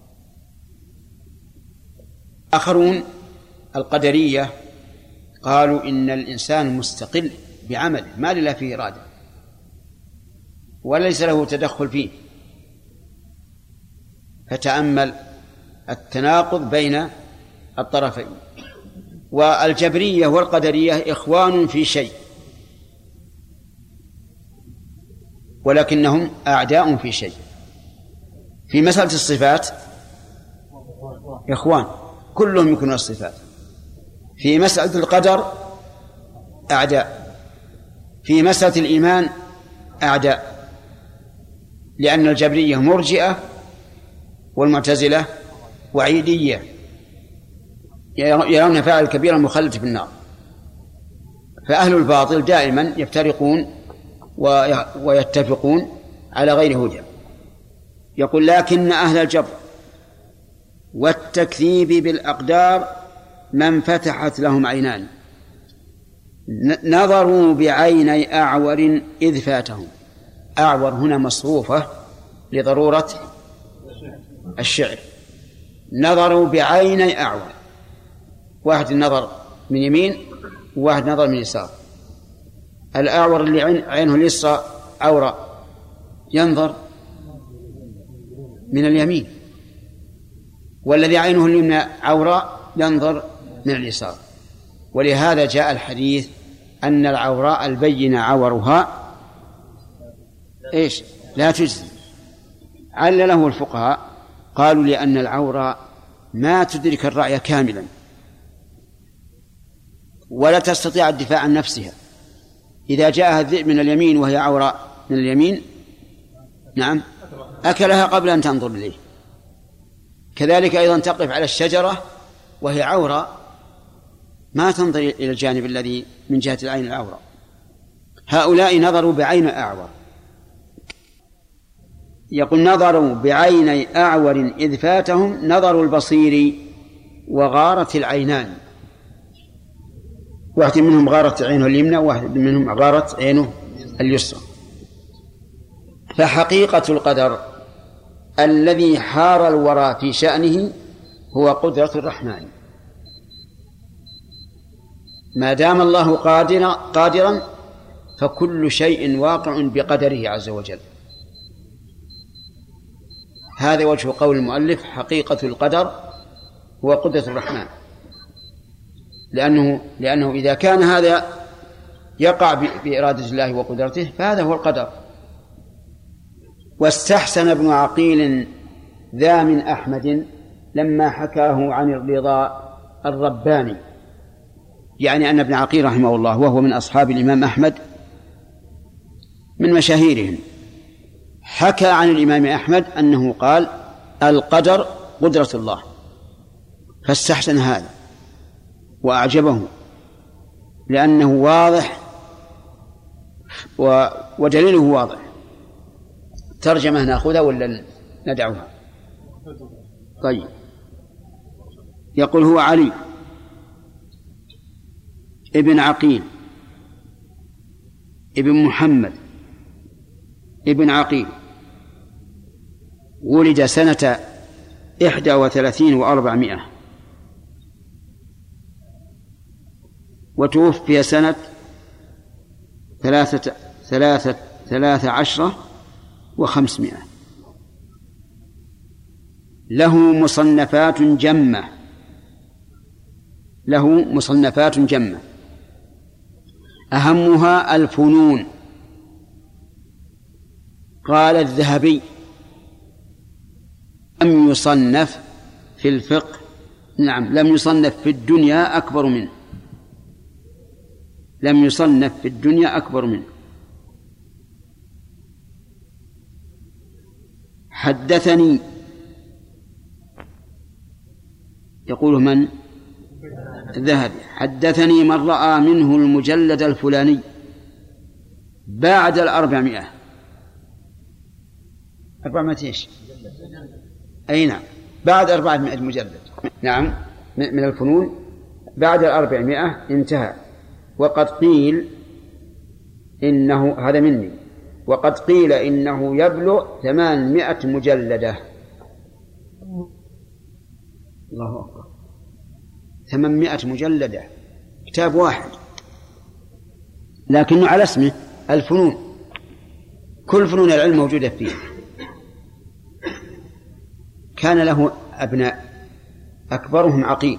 آخرون القدرية قالوا إن الإنسان مستقل بعمله ما له فيه إرادة وليس له تدخل فيه. فتأمل التناقض بين الطرفين. والجبرية والقدرية إخوان في شيء ولكنهم أعداء في شيء. في مسألة الصفات إخوان كلهم يكونون الصفات، في مسألة القدر أعداء، في مسألة الإيمان أعداء، لأن الجبرية مرجئة والمعتزلة وعيدية يرون فاعل الكبيرة مخلد في النار. فأهل الباطل دائما يفترقون ويتفقون على غير هدى. يقول لكن أهل الجبر والتكذيب بالأقدار من فتحت لهم عينان نظروا بعيني أعور إذ فاتهم. أعور هنا مصروفة لضرورة الشعر. نظروا بعيني أعور، واحد النظر من يمين وواحد نظر من يسار. الأعور اللي عينه اليسرى عورة ينظر من اليمين، والذي عينه اليمنى عورة ينظر من اليسار. ولهذا جاء الحديث أن العوراء البين عورها إيش لا تجزي. علله الفقهاء قالوا لأن العورة ما تدرك الرأي كاملا ولا تستطيع الدفاع عن نفسها. إذا جاءها الذئب من اليمين وهي عوراء من اليمين نعم أكلها قبل أن تنظر إليه. كذلك أيضا تقف على الشجرة وهي عوراء ما تنظر إلى الجانب الذي من جهة العين العوراء. هؤلاء نظروا بعين أعور. يقول نظروا بعيني أعور إذ فاتهم نظر البصير وغارت العينان. واحد منهم غارت عينه اليمنى وواحد منهم غارت عينه اليسرى. فحقيقة القدر الذي حار الورى في شأنه هو قدرة الرحمن. ما دام الله قادرا قادرا فكل شيء واقع بقدره عز وجل. هذا وجه قول المؤلف حقيقة القدر هو قدرة الرحمن، لأنه, لأنه إذا كان هذا يقع بإرادة الله وقدرته فهذا هو القدر. واستحسن ابن عقيل ذا من أحمد لما حكاه عن الرضا الرباني، يعني أن ابن عقيل رحمه الله وهو من أصحاب الإمام أحمد من مشاهيرهم حكى عن الإمام أحمد أنه قال القدر قدرة الله، فاستحسن هذا وأعجبه لأنه واضح ودليله واضح. ترجمة نأخذها ولا ندعوها؟ طيب. يقول هو علي ابن عقيل ابن محمد ابن عقيل ولد سنة إحدى وثلاثين وأربعمائة وتوفي سنة ثلاثة ثلاثة ثلاثة عشرة وخمسمائة. له مصنفات جمة له مصنفات جمة أهمها الفنون. قال الذهبي: لم يصنف في الفقه نعم لم يصنف في الدنيا أكبر منه لم يصنف في الدنيا أكبر منه. حدثني، يقول من؟ الذهبي: حدثني من رأى منه المجلد الفلاني بعد الأربعمائة. أربعمائة إيش؟ أي نعم، بعد أربعمائة مجلد، نعم، من الفنون بعد الأربعمائة انتهى. وقد قيل إنه، هذا مني، وقد قيل إنه يبلغ ثمانمائة مجلدة. الله أكبر، ثمانمائة مجلدة، كتاب واحد، لكنه على اسمه الفنون، كل فنون العلم موجودة فيه. كان له أبناء أكبرهم عقيل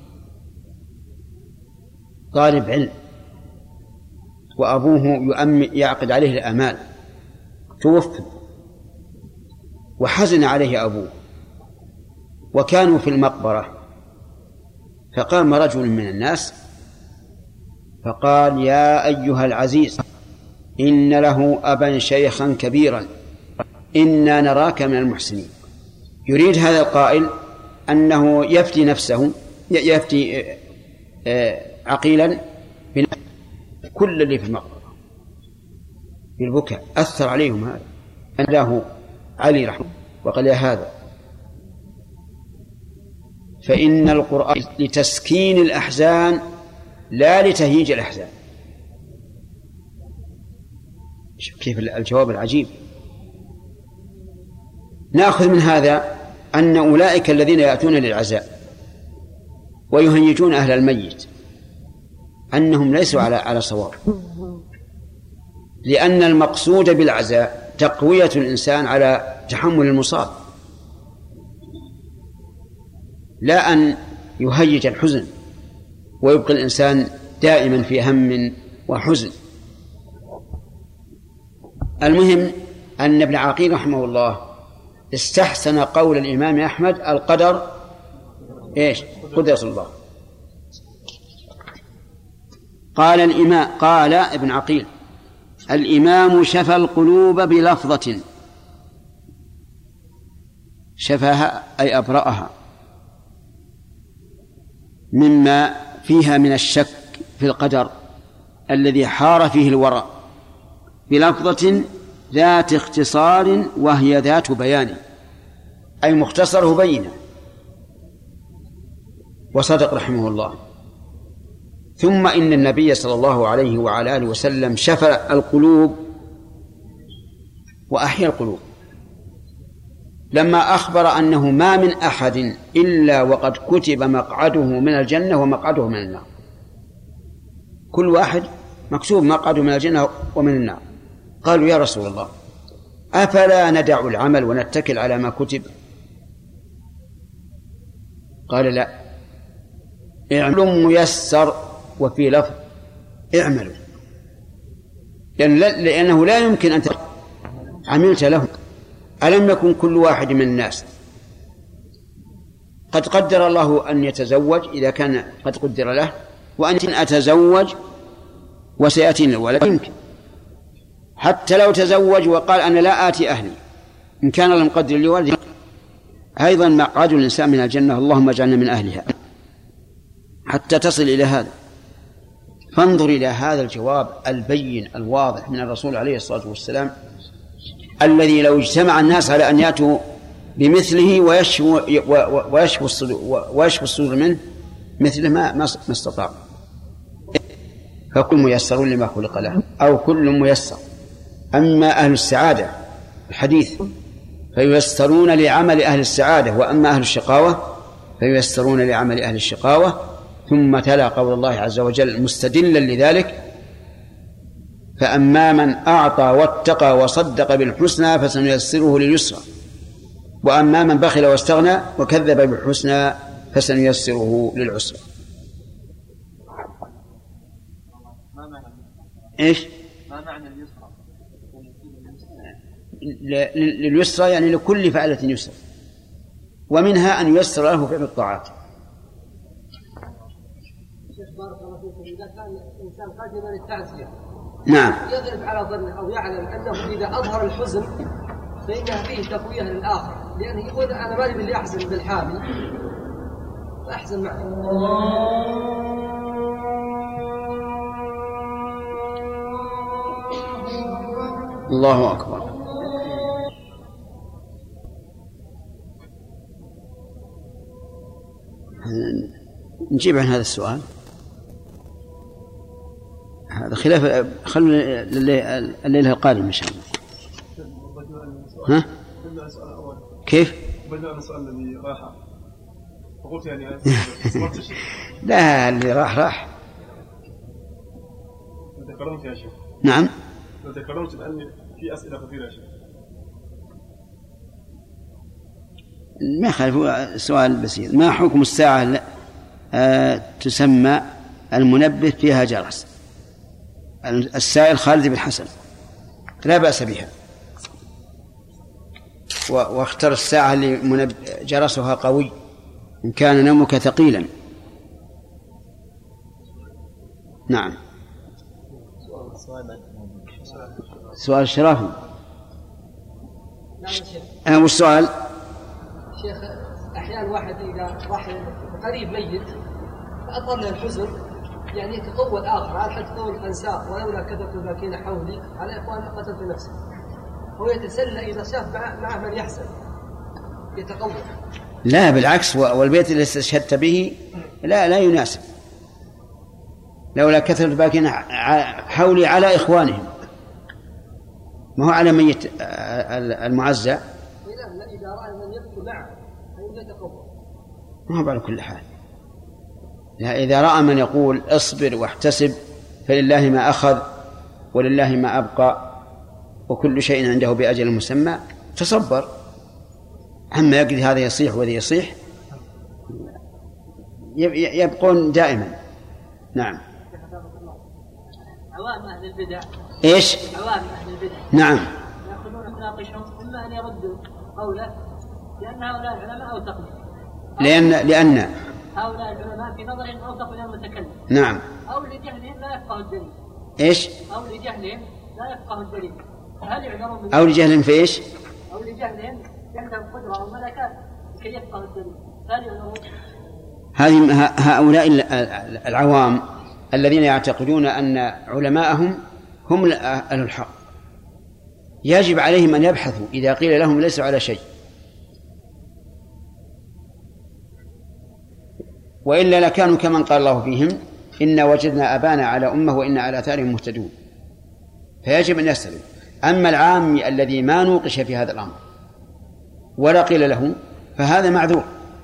طالب علم، وأبوه يعقد عليه الآمال، توفي وحزن عليه أبوه، وكانوا في المقبرة، فقام رجل من الناس فقال: يا أيها العزيز، إن له أبا شيخا كبيرا، إنا نراك من المحسنين. يريد هذا القائل أنه يفتي نفسه، يفتي عقيلا بنفسه كل اللي في المقبرة بالبكاء. أثر عليهم هذا، أنه علي رحمه وقال: يا هذا، فإن القرآن لتسكين الأحزان لا لتهييج الأحزان. كيف الجواب العجيب! نأخذ من هذا أن أولئك الذين يأتون للعزاء ويهيجون أهل الميت أنهم ليسوا على على صواب، لأن المقصود بالعزاء تقوية الإنسان على تحمل المصاب، لا أن يهيج الحزن ويبقى الإنسان دائما في هم وحزن. المهم أن ابن عقيل رحمه الله استحسن قول الإمام أحمد: القدر إيش؟ قدرة الله. قال الإمام، قال ابن عقيل: الإمام شفى القلوب بلفظة، شفاها أي أبرأها مما فيها من الشك في القدر الذي حار فيه الورى، بلفظة ذات اختصار وهي ذات بيان، أي مختصره بينه. وصدق رحمه الله. ثم إن النبي صلى الله عليه وعلى آله وسلم شفى القلوب وأحيا القلوب لما أخبر أنه ما من أحد إلا وقد كتب مقعده من الجنة ومقعده من النار. كل واحد مكتوب مقعده من الجنة ومن النار. قالوا: يا رسول الله، أفلا ندع العمل ونتكل على ما كتب؟ قال: لا، اعملوا ميسر، وفي لفظ اعملوا، لأن لأنه لا يمكن أن عملت له. ألم يكن كل واحد من الناس قد قدر الله أن يتزوج إذا كان قد قدر له، وأن أتزوج وسيأتيني الولد؟ يمكن. حتى لو تزوج وقال: أنا لا آتي أهلي، إن كان الله مقدر لي ولد، أيضا مقعد الإنسان من الجنة، اللهم اجعلنا من أهلها، حتى تصل إلى هذا. فانظر إلى هذا الجواب البين الواضح من الرسول عليه الصلاة والسلام، الذي لو اجتمع الناس على أن يأتوا بمثله ويشفوا ويشفوا الصدور ويشفوا الصدور منه مثله ما ما استطاع. فكل ميسر لما خلق له. أو كل ميسر. أما أهل السعادة الحديث فييسرون لعمل أهل السعادة، وأما أهل الشقاوة فييسرون لعمل أهل الشقاوة. ثم تلا قول الله عز وجل مستدلا لذلك: فأما من أعطى واتقى وصدق بالحسنى فسنيسره لليسرى، وأما من بخل واستغنى وكذب بالحسنى فسنيسره للعسرى. إيش؟ ما معنى اليسرى؟ لليسرى يعني لكل فعلة يسر، ومنها أن ييسر له فعل الطاعات. شيخ بارك الله فيكم، إذا كان الإنسان قادرا للتعزية نعم يضرب على ظنه أو يعلم أنه إذا أظهر الحزن فإنها فيه تقوية للآخر، لأنه يقول أنا مالي باللي أحزن بالحامل فأحزن معه. الله أكبر. نجيب عن هذا السؤال. هذا خلاف، خلوا الليلة القادم إن شاء الله. ها؟ كيف؟ بدأ السؤال الذي راح فقلت يعني لا، اللي راح راح. تكرمت يا شيخ. نعم. تكرمت لأن في أسئلة كثيرة يا شيخ. ما يخالف، سؤال بسيط: ما حكم الساعة آه تسمى المنبه فيها جرس؟ السائل خالد بن حسن لا بأس بها، واختر الساعة اللي جرسها قوي إن كان نومك ثقيلا. نعم. سؤال شرافي. أنا مش سؤال شيخ، أحيانا واحد إذا راح قريب ميت فأطر له الحزن، يعني يتقوى الآخر على حد قول أنساق ولولا كذبت باكين حولي على إخوان قتلت نفسه، هو يتسلى إذا شاف معه من يحزن يتقوى. لا بالعكس، والبيت اللي استشهدت به لا لا يناسب. لولا كثرت باكين حولي على إخوانهم، ما هو على ميت المعزى. لا إذا رأى من يبكي معه يتقوى، ما هو على كل حال. لا، إذا رأى من يقول اصبر واحتسب فلله ما أخذ ولله ما أبقى وكل شيء عنده بأجل مسمى، تصبر. أما يقضي هذا يصيح وذي يصيح، يبقون دائما. نعم. عوام أهل البدع. إيش؟ عوام أهل البدع. نعم. يأخذون تناقشهم إما أن يردوا قوله لأن هؤلاء العلماء أوثق لأن لأن هؤلاء العلماء في نظرهم أوثق من المتكلم. نعم. أو لجهلهم لا يفقه الدليل. إيش؟ أو لجهلهم لا يفقه الدليل. هل يعذرون؟ أو لجهلهم في إيش؟ أو لجهلهم عندهم قدرة أو ملكة كي يفقه الدليل. هل يعذرون؟ هذه هؤلاء العوام الذين يعتقدون أن علماءهم هم أهل الحق، يجب عليهم أن يبحثوا إذا قيل لهم ليسوا على شيء، وإلا لكانوا كمن قال الله فيهم إنا وجدنا أبانا على أمة وإنا على آثارهم مهتدون. فيجب أن يسلم. أما العامي الذي ما نوقش في هذا الأمر ولا قيل له فهذا معذور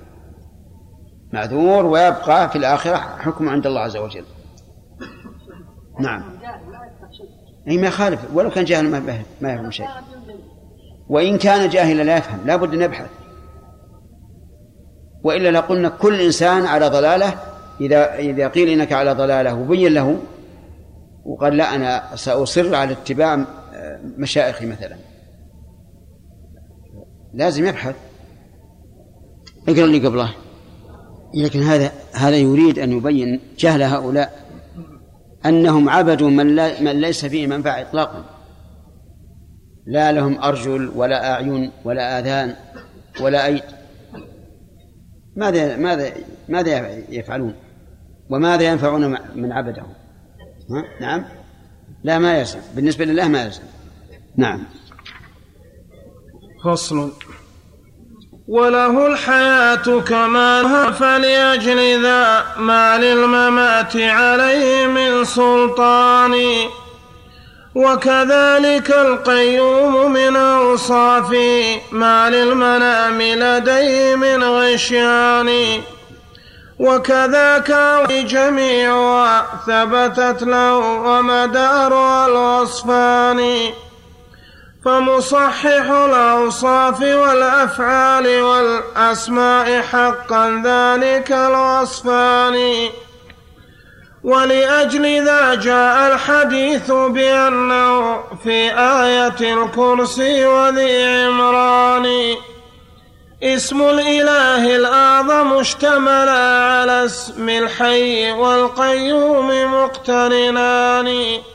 معذور ويبقى في الآخرة حكم عند الله عز وجل. نعم. أي ما يخالف، ولو كان جاهل ما يفهم شيء، وإن كان جاهلا لا يفهم، لا بد أن يبحث، وإلا لقلنا كل إنسان على ضلاله. إذا إذا قيل إنك على ضلاله وبين له وقال لا أنا سأصر على اتباع مشايخي مثلا، لازم يبحث. اقرأ لي قبله. لكن هذا هذا يريد أن يبين جهل هؤلاء أنهم عبدوا من, لا من ليس فيه منفعة إطلاقا، لا لهم أرجل ولا أعين ولا آذان ولا أيد. ماذا ماذا ماذا يفعلون وماذا ينفعون من عبدهم؟ نعم، لا ما يلزم بالنسبة لله، ما يلزم. نعم. فصل. وله الحياة كما فليجل ذا ما للممات عليه من سلطان، وكذلك القيوم من أوصاف ما للمنام لديه من غشيان، وكذاك جميعها ثبتت له ومدارها الوصفان، فمصحح الأوصاف والأفعال والأسماء حقا ذلك الوصفان. ولأجل ذا جاء الحديث بأنه في آية الكرسي وذي عمران اسم الإله الأعظم اشتمل على اسم الحي والقيوم مقترنان،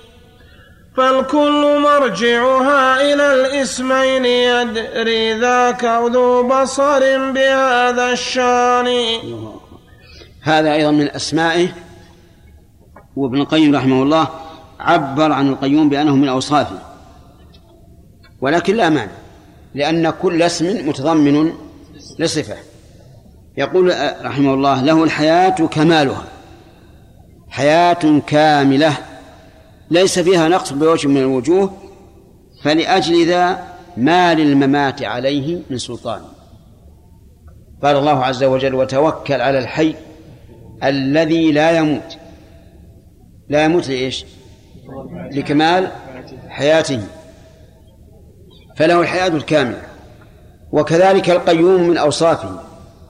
فالكل مرجعها إلى الاسمين يدري ذاك ذو بصر بهذا الشان. هذا أيضا من أسمائه. وابن القيم رحمه الله عبر عن القيوم بأنه من أوصافه، ولكن لا مانع، لأن كل اسم متضمن لصفة. يقول رحمه الله: له الحياة كمالها، حياة كاملة ليس فيها نقص بوجه من الوجوه، فلأجل ذا ما للممات عليه من سلطان. قال الله عز وجل: وتوكل على الحي الذي لا يموت. لا يموت لإيش؟ لكمال حياته، فله الحياة الكاملة. وكذلك القيوم من أوصافه،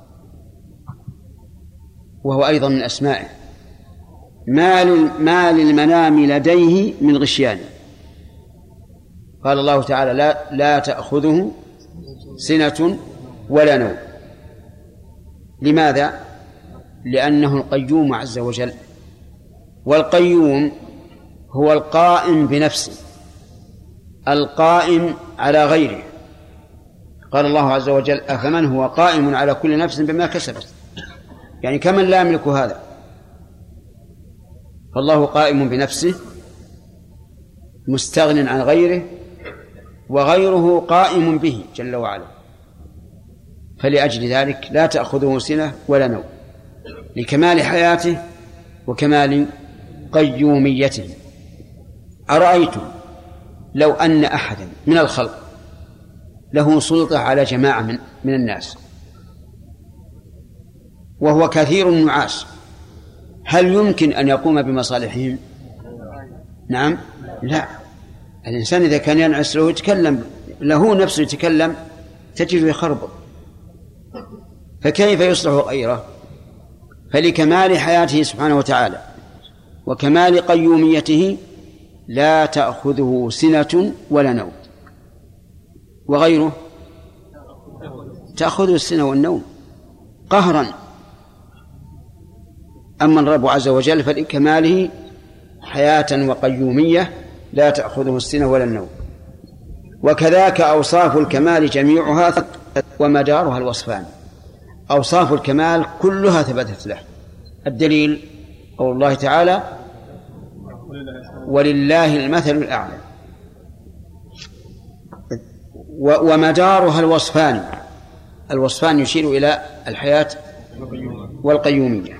وهو أيضا من أسمائه، ما للمنام لديه من غشيان. قال الله تعالى: لا, لا تأخذه سنة ولا نوم. لماذا؟ لأنه القيوم عز وجل، والقيوم هو القائم بنفسه القائم على غيره. قال الله عز وجل: أفمن هو قائم على كل نفس بما كسبت، يعني كمن لا يملك هذا. فالله قائم بنفسه مستغن عن غيره، وغيره قائم به جل وعلا، فلأجل ذلك لا تأخذه سنة ولا نوم، لكمال حياته وكمال قيوميته. أرأيتم لو أن أحدا من الخلق له سلطة على جماعة من, من الناس وهو كثير النعاس، هل يمكن أن يقوم بمصالحهم؟ نعم، لا. الإنسان إذا كان ينعس له يتكلم، له نفسه يتكلم، تجده يخربط، فكيف يصلح غيره؟ فلكمال حياته سبحانه وتعالى وكمال قيوميته لا تأخذه سنة ولا نوم، وغيره تأخذه السنة والنوم قهرا. أما الرب عز وجل فلكماله حياة وقيومية لا تأخذه السنة ولا النوم. وكذاك أوصاف الكمال جميعها ومدارها الوصفان. أوصاف الكمال كلها ثبتت له. الدليل قول الله تعالى: ولله المثل الأعلى. ومدارها الوصفان. الوصفان يشير إلى الحياة والقيومية.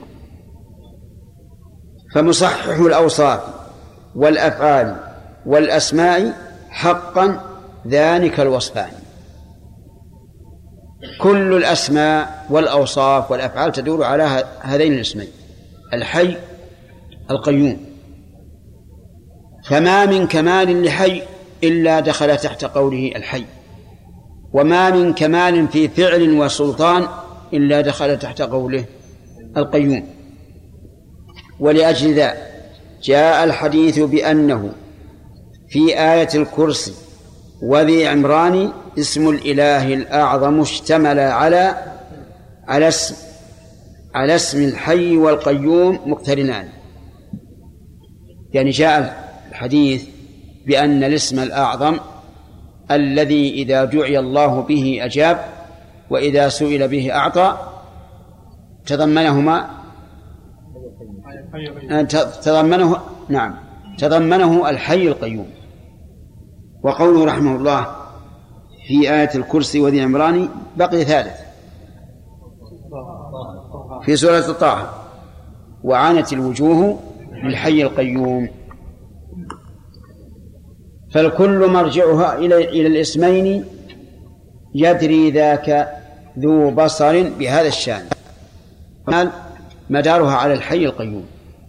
فمصحح الأوصاف والأفعال والأسماء حقا ذلك الوصفان. كل الأسماء والأوصاف والأفعال تدور على هذين الاسمين: الحي القيوم. فما من كمال لحي إلا دخل تحت قوله الحي، وما من كمال في فعل وسلطان إلا دخل تحت قوله القيوم. ولأجل ذا جاء الحديث بأنه في آية الكرسي وذي عمران اسم الإله الأعظم اشتمل على على اسم على اسم الحي والقيوم مقترنان. يعني جاء الحديث بأن الاسم الأعظم الذي إذا دعي الله به أجاب وإذا سئل به أعطى تضمنهما تضمنه نعم تضمنه الحي القيوم. وقوله رحمه الله في آية الكرسي وذي عمران بقي ثالث في سورة طه: وعانت الوجوه للحي القيوم. فالكل مرجعها إلى إلى الاسمين يدري ذاك ذو بصر بهذا الشأن، مدارها على الحي القيوم.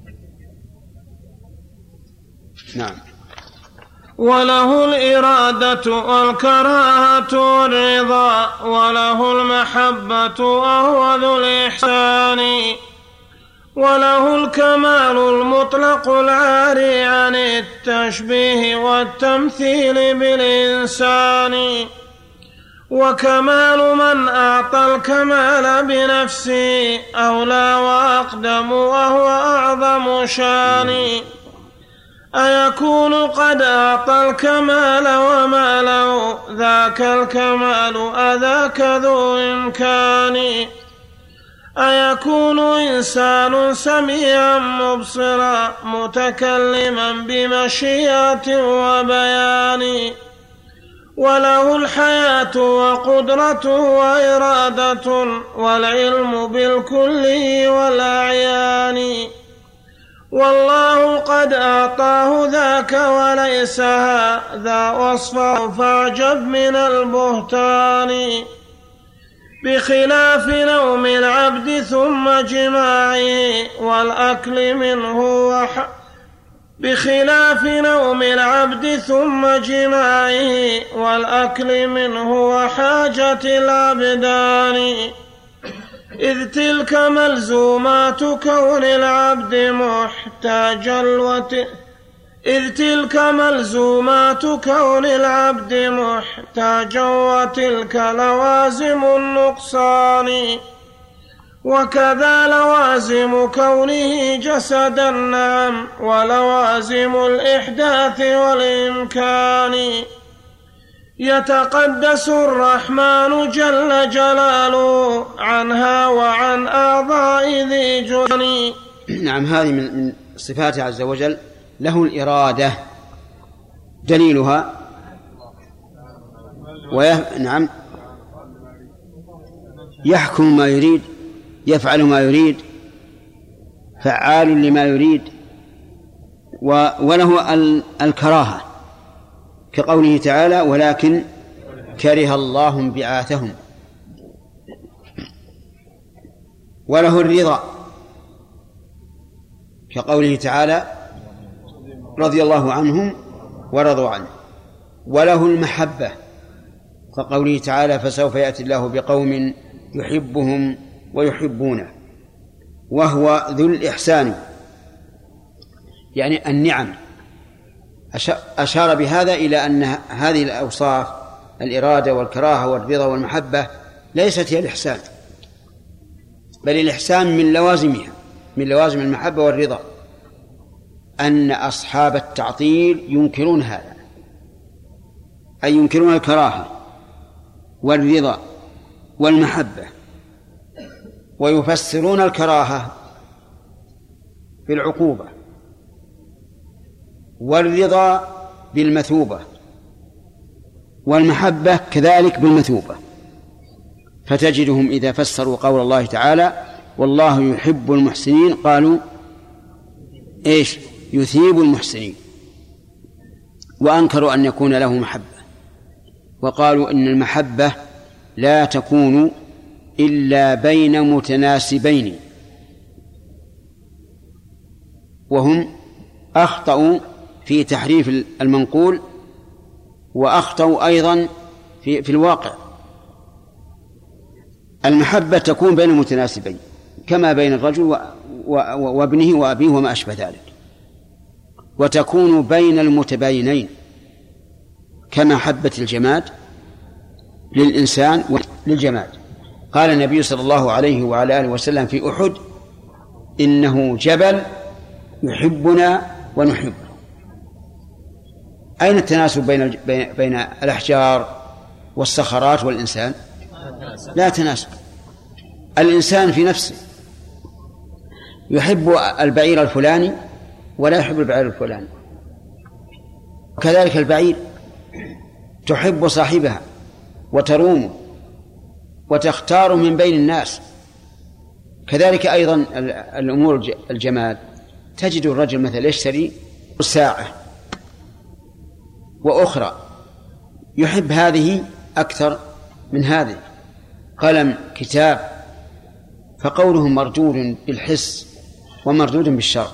نعم. وله الإرادة والكراهة والرضا، وله المحبة وهو ذو الإحسان، وله الكمال المطلق العاري عن التشبيه والتمثيل بالإنسان، وكمال من أعطى الكمال بنفسه أولى وأقدم وهو أعظم شان. أيكون قد أعطى الكمال وما له ذاك الكمال أذاك ذو إمكان. أيكون إنسان سميعا مبصرا متكلما بمشيئة وبيان، وله الحياة وقدرة وإرادة والعلم بالكل والأعيان. والله قد أعطاه ذاك وليس هذا وصفه فاعجب من البهتان. بخلاف نوم العبد ثم جماعه والأكل منه وح بخلاف نوم العبد ثم جماعه والأكل منه وحاجة الأبدان. إذ تلك ملزومات كون العبد محتاجا وت... إذ تلك ملزومات كون العبد محتاجا وتلك لوازم النقصان. وكذا لوازم كونه جسدا نعم ولوازم الإحداث والإمكان. يتقدس الرحمن جل جلاله عنها وعن أعضاء ذي جني. نعم، هذه من صفاته عز وجل. له الإرادة دليلها ويه... نعم يحكم ما يريد، يفعل ما يريد، فعال لما يريد. و... وله ال... الكراهة كقوله تعالى ولكن كره الله انبعاثهم. وله الرضا كقوله تعالى رضي الله عنهم ورضوا عنه. وله المحبة كقوله تعالى فسوف يأتي الله بقوم يحبهم ويحبونه. وهو ذو الإحسان يعني النعم. أشار بهذا إلى أن هذه الأوصاف الإرادة والكراهة والرضا والمحبة ليست هي الإحسان، بل الإحسان من لوازمها، من لوازم المحبة والرضا، أن أصحاب التعطيل ينكرون هذا، أي ينكرون الكراهة والرضا والمحبة، ويفسرون الكراهة بالعقوبة والرضا بالمثوبة والمحبة كذلك بالمثوبة. فتجدهم إذا فسروا قول الله تعالى والله يحب المحسنين قالوا إيش؟ يثيب المحسنين، وأنكروا أن يكون له محبة، وقالوا إن المحبة لا تكون إلا بين متناسبين، وهم أخطأوا في تحريف المنقول وأخطأوا أيضا في, في الواقع. المحبة تكون بين المتناسبين كما بين الرجل وابنه وأبيه وما أشبه ذلك، وتكون بين المتباينين كمحبة الجماد للإنسان وللجماد. قال النبي صلى الله عليه وعلى آله وسلم في أحد إنه جبل يحبنا ونحبه. أين التناسب بين بين الأحجار والصخرات والإنسان؟ لا تناسب. الإنسان في نفسه يحب البعير الفلاني ولا يحب البعير الفلاني، وكذلك البعير تحب صاحبها وترومه وتختار من بين الناس. كذلك أيضا الأمور الجماد، تجد الرجل مثلا يشتري ساعة وأخرى يحب هذه أكثر من هذه، قلم، كتاب، فقوله مردود بالحس ومردود بالشرع.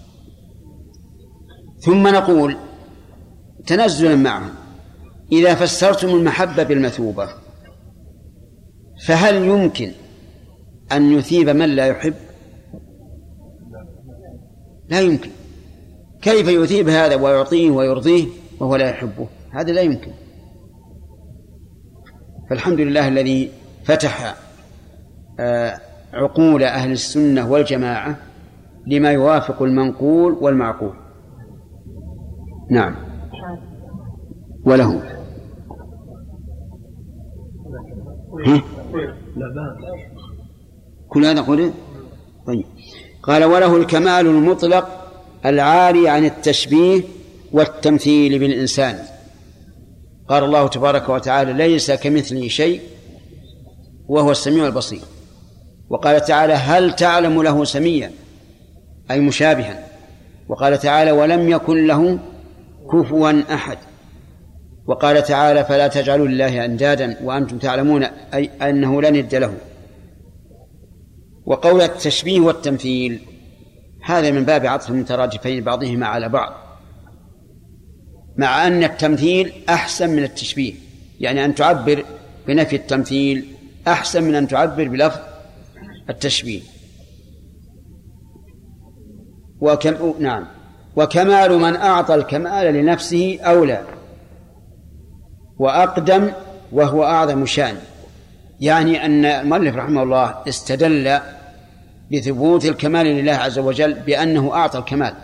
ثم نقول تنزلا معهم: إذا فسرتم المحبة بالمثوبة فهل يمكن أن يثيب من لا يحب؟ لا يمكن. كيف يثيب هذا ويعطيه ويرضيه وهو لا يحبه؟ هذا لا يمكن. فالحمد لله الذي فتح عقول أهل السنة والجماعة لما يوافق المنقول والمعقول. نعم. وله كل هذا قوله. طيب. قال: وله الكمال المطلق العاري عن التشبيه والتمثيل بالإنسان. قال الله تبارك وتعالى: ليس كمثله شيء وهو السميع البصير. وقال تعالى: هل تعلم له سميا، أي مشابها. وقال تعالى: ولم يكن له كفوا أحد. وقال تعالى: فلا تجعلوا لله أندادا وأنتم تعلمون أي أنه لا ند له. وقول التشبيه والتمثيل هذا من باب عطف المترادفين بعضهما على بعض، مع أن التمثيل أحسن من التشبيه، يعني أن تعبر بنفي التمثيل أحسن من أن تعبر بلفظ التشبيه. وكم... نعم. وكمال من أعطى الكمال لنفسه أولى وأقدم وهو أعظم شان. يعني أن المؤلف رحمه الله استدل بثبوت الكمال لله عز وجل بأنه أعطى الكمال،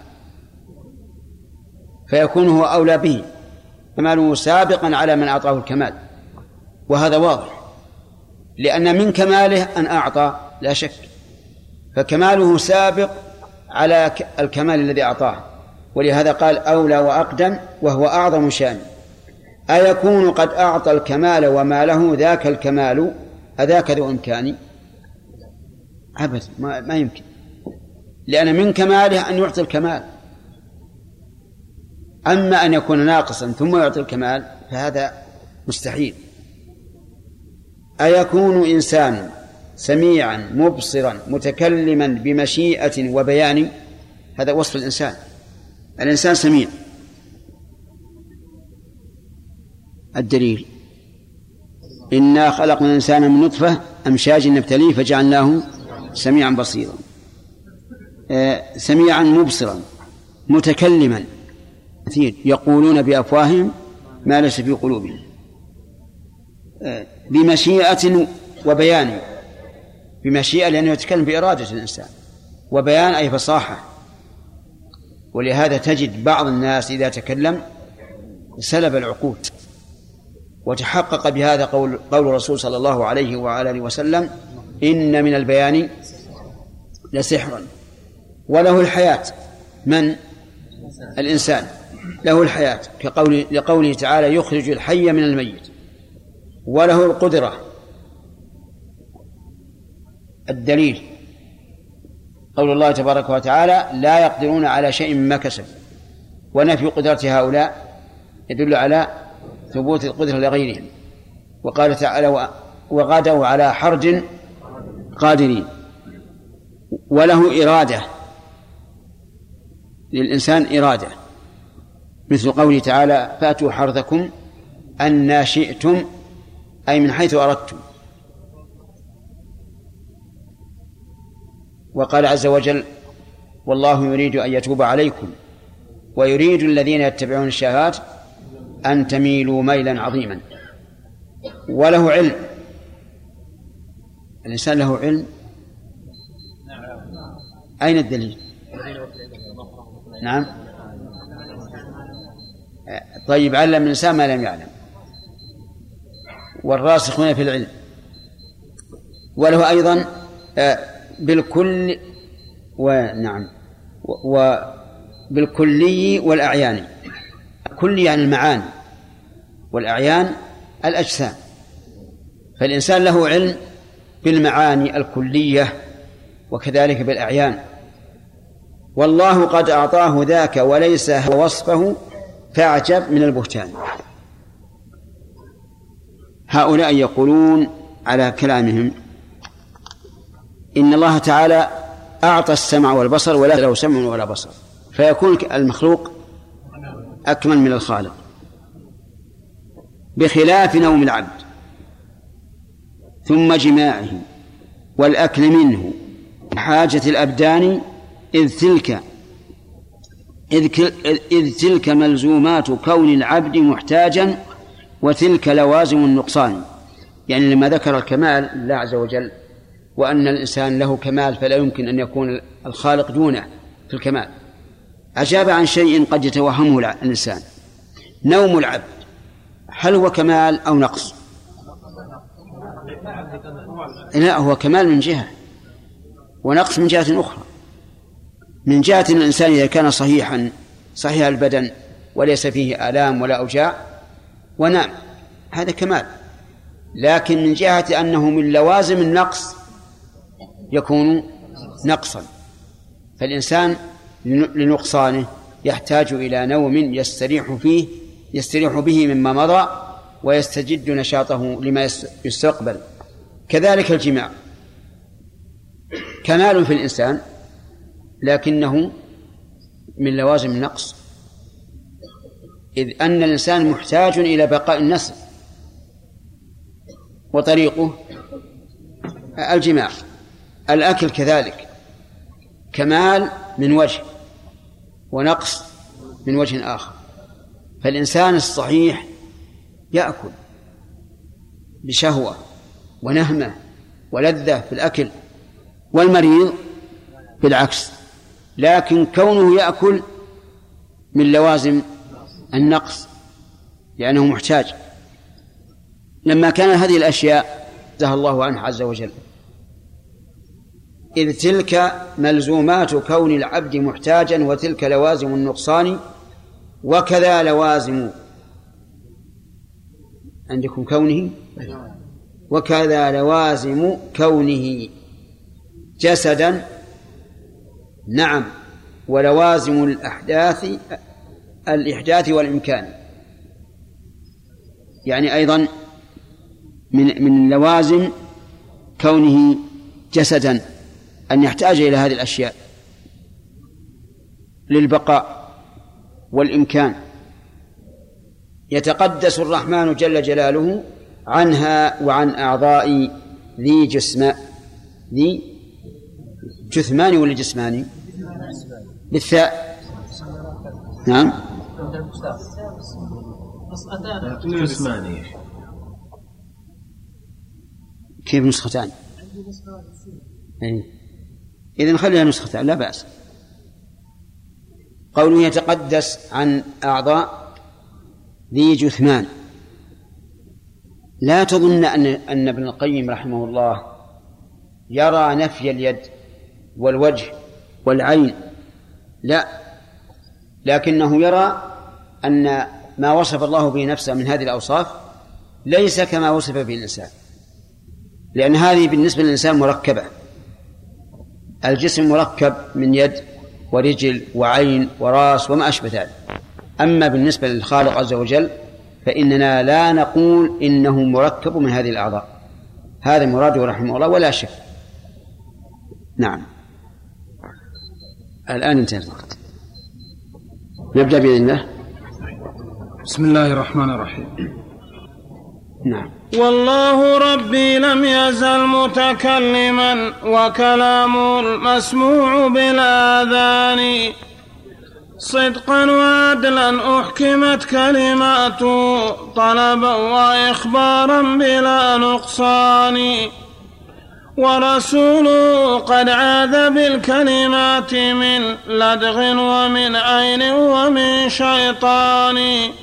فيكون هو أولى به، كماله سابقا على من أعطاه الكمال. وهذا واضح، لأن من كماله أن أعطى لا شك، فكماله سابق على الكمال الذي أعطاه. ولهذا قال: أولى وأقدم وهو أعظم شان. أيكون قد أعطى الكمال وما له ذاك الكمال أذاك ذو إمكان؟ أبدا، ما, ما يمكن، لأن من كماله أن يعطي الكمال. أما أن يكون ناقصا ثم يعطي الكمال فهذا مستحيل. أيكون إنسان سميعا مبصرا متكلما بمشيئة وبيان؟ هذا وصف الإنسان. الإنسان سميع. الدليل: إنا خلقنا الإنسان من نطفة أمشاج نبتليه فجعلناه سميعا بصيرا. آه سميعا مبصرا متكلما كثير، يقولون بأفواههم ما ليس في قلوبهم. آه بمشيئة وبيان. بمشيئة لأنه يتكلم بإرادة الإنسان، وبيان أي فصاحة. ولهذا تجد بعض الناس إذا تكلم سلب العقول. وتحقق بهذا قول, قول الرسول صلى الله عليه وآله وسلم: إن من البيان لسحرا. وله الحياة. من؟ الإنسان له الحياة، كقول لقوله تعالى: يخرج الحي من الميت. وله القدرة. الدليل: قول الله تبارك وتعالى: لا يقدرون على شيء مما كسب. ونفي قدرة هؤلاء يدل على ثبوت القدرة لغيرهم. وقال تعالى: وغدوا على حرد قادرين. وله إرادة. للإنسان إرادة، مثل قوله تعالى: فأتوا حرثكم أن شئتم، أي من حيث أردتم. وقال عز وجل: والله يريد أن يتوب عليكم ويريد الذين يتبعون الشهوات أن تميلوا ميلا عظيما. وله علم. الإنسان له علم. أين الدليل؟ نعم. طيب، علم الإنسان ما لم يعلم. والراسخون في العلم. وله أيضا بالكل، ونعم، وبالكلي والأعيان. الكلي يعني المعاني، والأعيان الأجسام. فالإنسان له علم بالمعاني الكلية وكذلك بالأعيان. والله قد أعطاه ذاك وليس وصفه فأعجب من البهتان. هؤلاء يقولون على كلامهم إن الله تعالى أعطى السمع والبصر ولا له سمع ولا بصر، فيكون المخلوق أكمل من الخالق، بخلاف نوم العبد ثم جماعه والأكل منه حاجة الأبدان، إذ تلك إذ تلك ملزومات كون العبد محتاجا وتلك لوازم النقصان. يعني لما ذكر الكمال الله عز وجل وأن الإنسان له كمال فلا يمكن أن يكون الخالق دونه في الكمال، أجاب عن شيء قد يتوهمه الإنسان. نوم العبد هل هو كمال أو نقص؟ لا، هو كمال من جهة ونقص من جهة أخرى. من جهة الإنسان إذا كان صحيحا صحيح البدن وليس فيه آلام ولا أوجاع ونام، هذا كمال. لكن من جهة أنه من لوازم النقص يكون نقصا، فالإنسان لنقصانه يحتاج إلى نوم يستريح فيه يستريح به مما مضى ويستجد نشاطه لما يستقبل. كذلك الجماع كمال في الإنسان لكنه من لوازم النقص، إذ أن الإنسان محتاج إلى بقاء النسل وطريقه الجماع. الأكل كذلك كمال من وجه ونقص من وجه آخر، فالإنسان الصحيح يأكل بشهوة ونهمة ولذة في الأكل، والمريض بالعكس، لكن كونه يأكل من لوازم النقص لأنه محتاج. لما كان هذه الأشياء نزه الله عنه عز وجل، إذ تلك ملزومات كون العبد محتاجا وتلك لوازم النقصان وكذا لوازم عندكم كونه وكذا لوازم كونه جسدا، نعم، ولوازم الأحداث الإحداث والإمكان، يعني أيضا من من لوازم كونه جسدا أن يحتاج إلى هذه الأشياء للبقاء والإمكان. يتقدس الرحمن جل جلاله عنها وعن أعضاء ذي جسم ذي جثمان ولا جسماني بالثاء، نعم جسماني. كيف نسختان؟ إذن خليها نسختان لا بأس. قوله يتقدس عن أعضاء ذي جثمان، لا تظن أن أن ابن القيم رحمه الله يرى نفي اليد والوجه والعين، لا، لكنه يرى أن ما وصف الله به نفسه من هذه الأوصاف ليس كما وصف به الإنسان، لأن هذه بالنسبة للإنسان مركبة، الجسم مركب من يد ورجل وعين وراس وما أشبه ذلك. أما بالنسبة للخالق عز وجل فإننا لا نقول إنه مركب من هذه الأعضاء، هذا مراده رحمه الله ولا شك. نعم، الآن انتهى الوقت، نبدأ بإذن الله. بسم الله الرحمن الرحيم. نعم. والله ربي لم يزل متكلما وكلامه المسموع بالآذان، صدقا وعدلا أحكمت كلماته طلبا وإخبارا بلا نقصان، ورسوله قد عاذ بالكلمات من لدغ ومن عين ومن شيطان،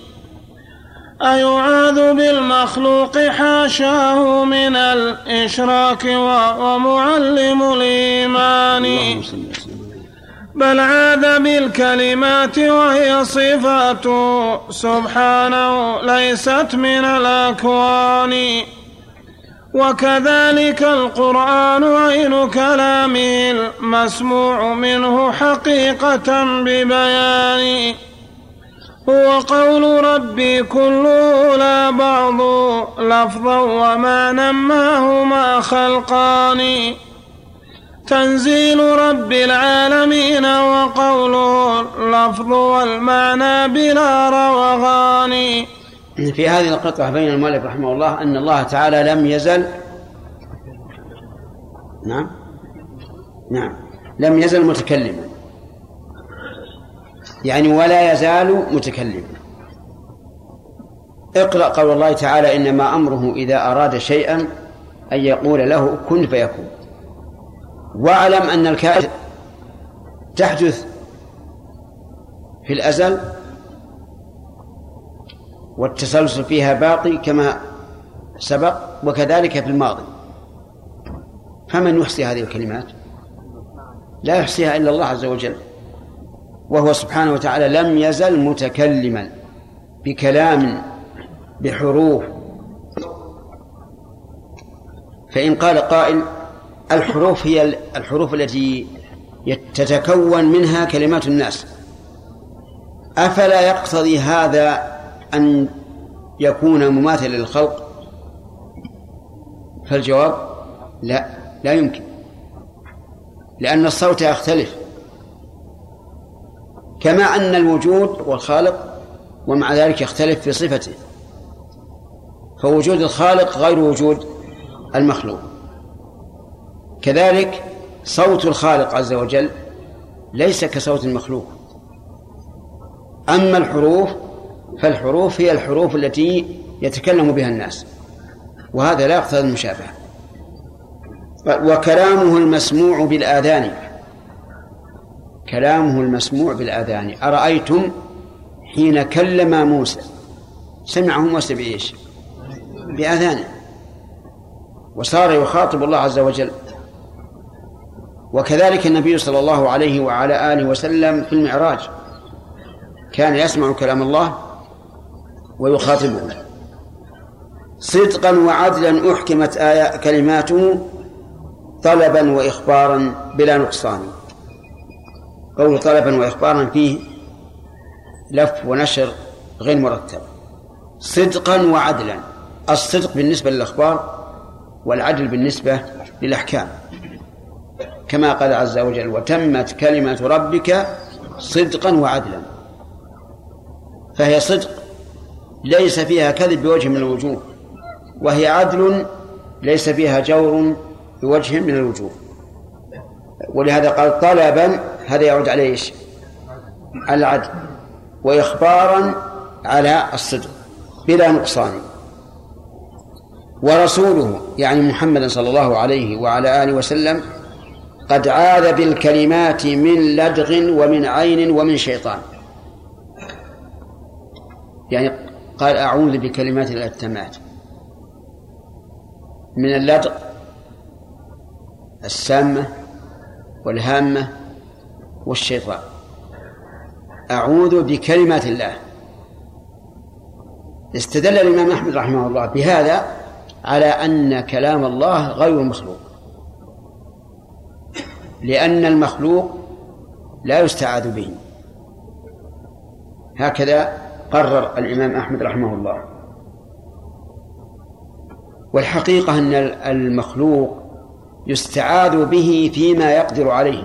أيعاذ بالمخلوق حاشاه من الإشراك ومعلم الإيمان، بل عاذ بالكلمات وهي صفاته سبحانه ليست من الأكوان، وكذلك القرآن عين كلامه المسموع منه حقيقة ببيان، هو قول ربي كله لا بعض لفظا ومعنى ما هما خلقان تنزيل رب العالمين وقوله اللفظ والمعنى بلا روغان. في هذه القطعة بين المؤلف رحمه الله أن الله تعالى لم يزل نعم نعم لم يزل متكلما، يعني ولا يزال متكلما. اقرأ قول الله تعالى إنما أمره إذا أراد شيئا أن يقول له كن فيكون. واعلم أن الكائنات تحدث في الأزل والتسلسل فيها باقي كما سبق، وكذلك في الماضي. فمن يحصي هذه الكلمات؟ لا يحصيها إلا الله عز وجل، وهو سبحانه وتعالى لم يزل متكلما بكلام بحروف. فإن قال قائل الحروف هي الحروف التي تتكون منها كلمات الناس، أفلا يقتضي هذا أن يكون مماثلا للخلق؟ فالجواب لا، لا يمكن، لأن الصوت يختلف كما أن الوجود والخالق ومع ذلك يختلف في صفته، فوجود الخالق غير وجود المخلوق. كذلك صوت الخالق عز وجل ليس كصوت المخلوق. أما الحروف فالحروف هي الحروف التي يتكلم بها الناس، وهذا لا يقتضي المشابهة. وكلامه المسموع بالآذان، كلامه المسموع بالآذان. أرأيتم حين كلم موسى سمعه موسى بإيش؟ بآذانه، وصار يخاطب الله عز وجل. وكذلك النبي صلى الله عليه وعلى آله وسلم في المعراج كان يسمع كلام الله ويخاطبه. صدقا وعدلا أحكمت آيات كلماته طلبا وإخبارا بلا نقصان. قول طلبا وإخبارا فيه لف ونشر غير مرتب. صدقا وعدلا، الصدق بالنسبة للأخبار والعدل بالنسبة للأحكام، كما قال عز وجل وتمت كلمة ربك صدقا وعدلا. فهي صدق ليس فيها كذب بوجه من الوجوه، وهي عدل ليس فيها جور بوجه من الوجوه. ولهذا قال طلبا، هذا يعود على ايش؟ على العدل، وإخبارا على الصدق بلا نقصان. ورسوله يعني محمد صلى الله عليه وعلى آله وسلم قد عاذ بالكلمات من لدغ ومن عين ومن شيطان، يعني قال أعوذ بكلمات التامات من اللدغ السامة والهامة والشيطان. أعوذ بكلمات الله. استدل الإمام أحمد رحمه الله بهذا على أن كلام الله غير مخلوق، لأن المخلوق لا يستعاذ به. هكذا قرر الإمام أحمد رحمه الله. والحقيقة أن المخلوق يستعاذ به فيما يقدر عليه،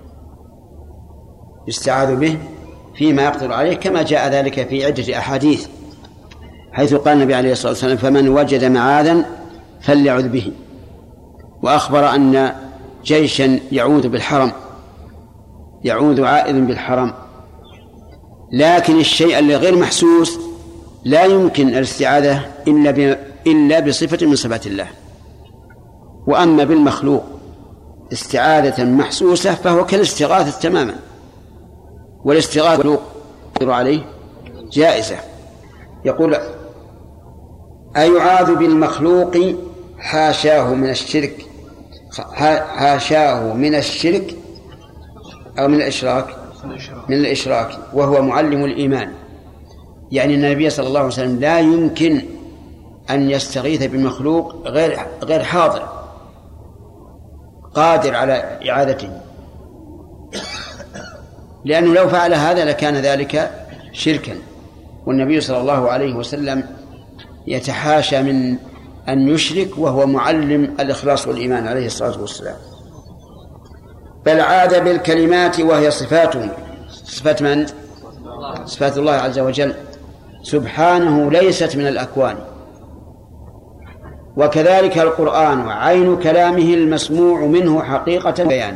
يستعاذ به فيما يقدر عليه، كما جاء ذلك في عدة أحاديث، حيث قال النبي عليه الصلاة والسلام فمن وجد معاذا فليعذ به. وأخبر أن جيشا يعوذ بالحرم، يعوذ عائذ بالحرم. لكن الشيء اللي غير محسوس لا يمكن الاستعاذة إلا إلا بصفة من صفات الله. وأما بالمخلوق استعاذة محسوسة فهو كالاستغاثة تماما، والاستغاثة عليه جائزة. يقول أيعاذ بالمخلوق حاشاه من الشرك، حاشاه من الشرك أو من الإشراك، من الإشراك، وهو معلم الإيمان. يعني النبي صلى الله عليه وسلم لا يمكن أن يستغيث بمخلوق غير غير حاضر قادر على إعادته، لأنه لو فعل هذا لكان ذلك شركا. والنبي صلى الله عليه وسلم يتحاشى من أن يشرك وهو معلم الإخلاص والإيمان عليه الصلاة والسلام. بل عاد بالكلمات وهي صفاته، صفات من؟ صفات الله عز وجل سبحانه، ليست من الأكوان. وكذلك القرآن عين كلامه المسموع منه حقيقة بيان.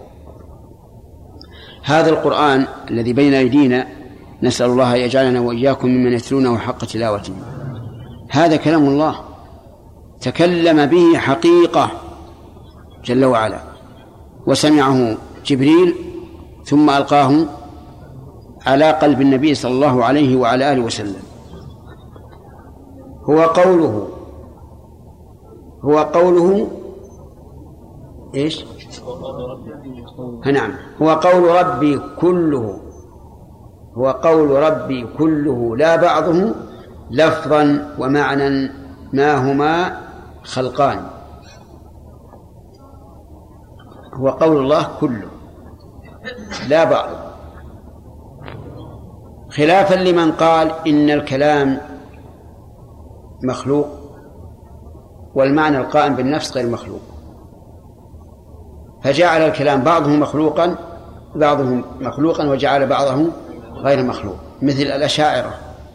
هذا القرآن الذي بين أيدينا نسأل الله يجعلنا وإياكم ممن يتلونه حق تلاوته، هذا كلام الله تكلم به حقيقة جل وعلا، وسمعه جبريل ثم ألقاه على قلب النبي صلى الله عليه وعلى آله وسلم. هو قوله هو قوله إيش؟ نعم، هو قول ربي كله، هو قول ربي كله لا بعضه لفظا ومعنى ما هما خلقان. هو قول الله كله لا بعض، خلافا لمن قال إن الكلام مخلوق والمعنى القائم بالنفس غير مخلوق، فجعل الكلام بعضه مخلوقا بعضه مخلوقا وجعل بعضه غير مخلوق، مثل الأشاعرة.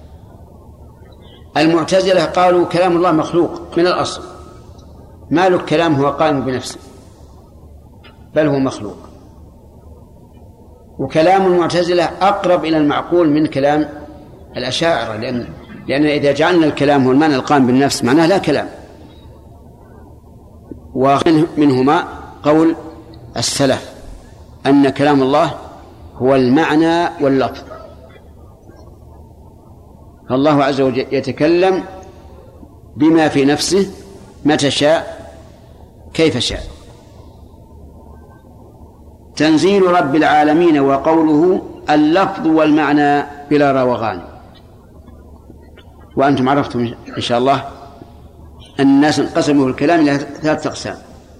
المعتزلة قالوا كلام الله مخلوق من الأصل، ما له كلام هو قائم بنفسه بل هو مخلوق. وكلام المعتزلة أقرب إلى المعقول من كلام الأشاعرة، لأن لأن إذا جعلنا الكلام هو المعنى القائم بالنفس معناه لا كلام. ومنهما قول السلف أن كلام الله هو المعنى واللفظ، فالله عز وجل يتكلم بما في نفسه متى شاء كيف شاء. تنزيل رب العالمين وقوله اللفظ والمعنى بلا روغان. وأنتم عرفتم إن شاء الله أن الناس انقسموا الكلام إلى ثلاثة أقسام.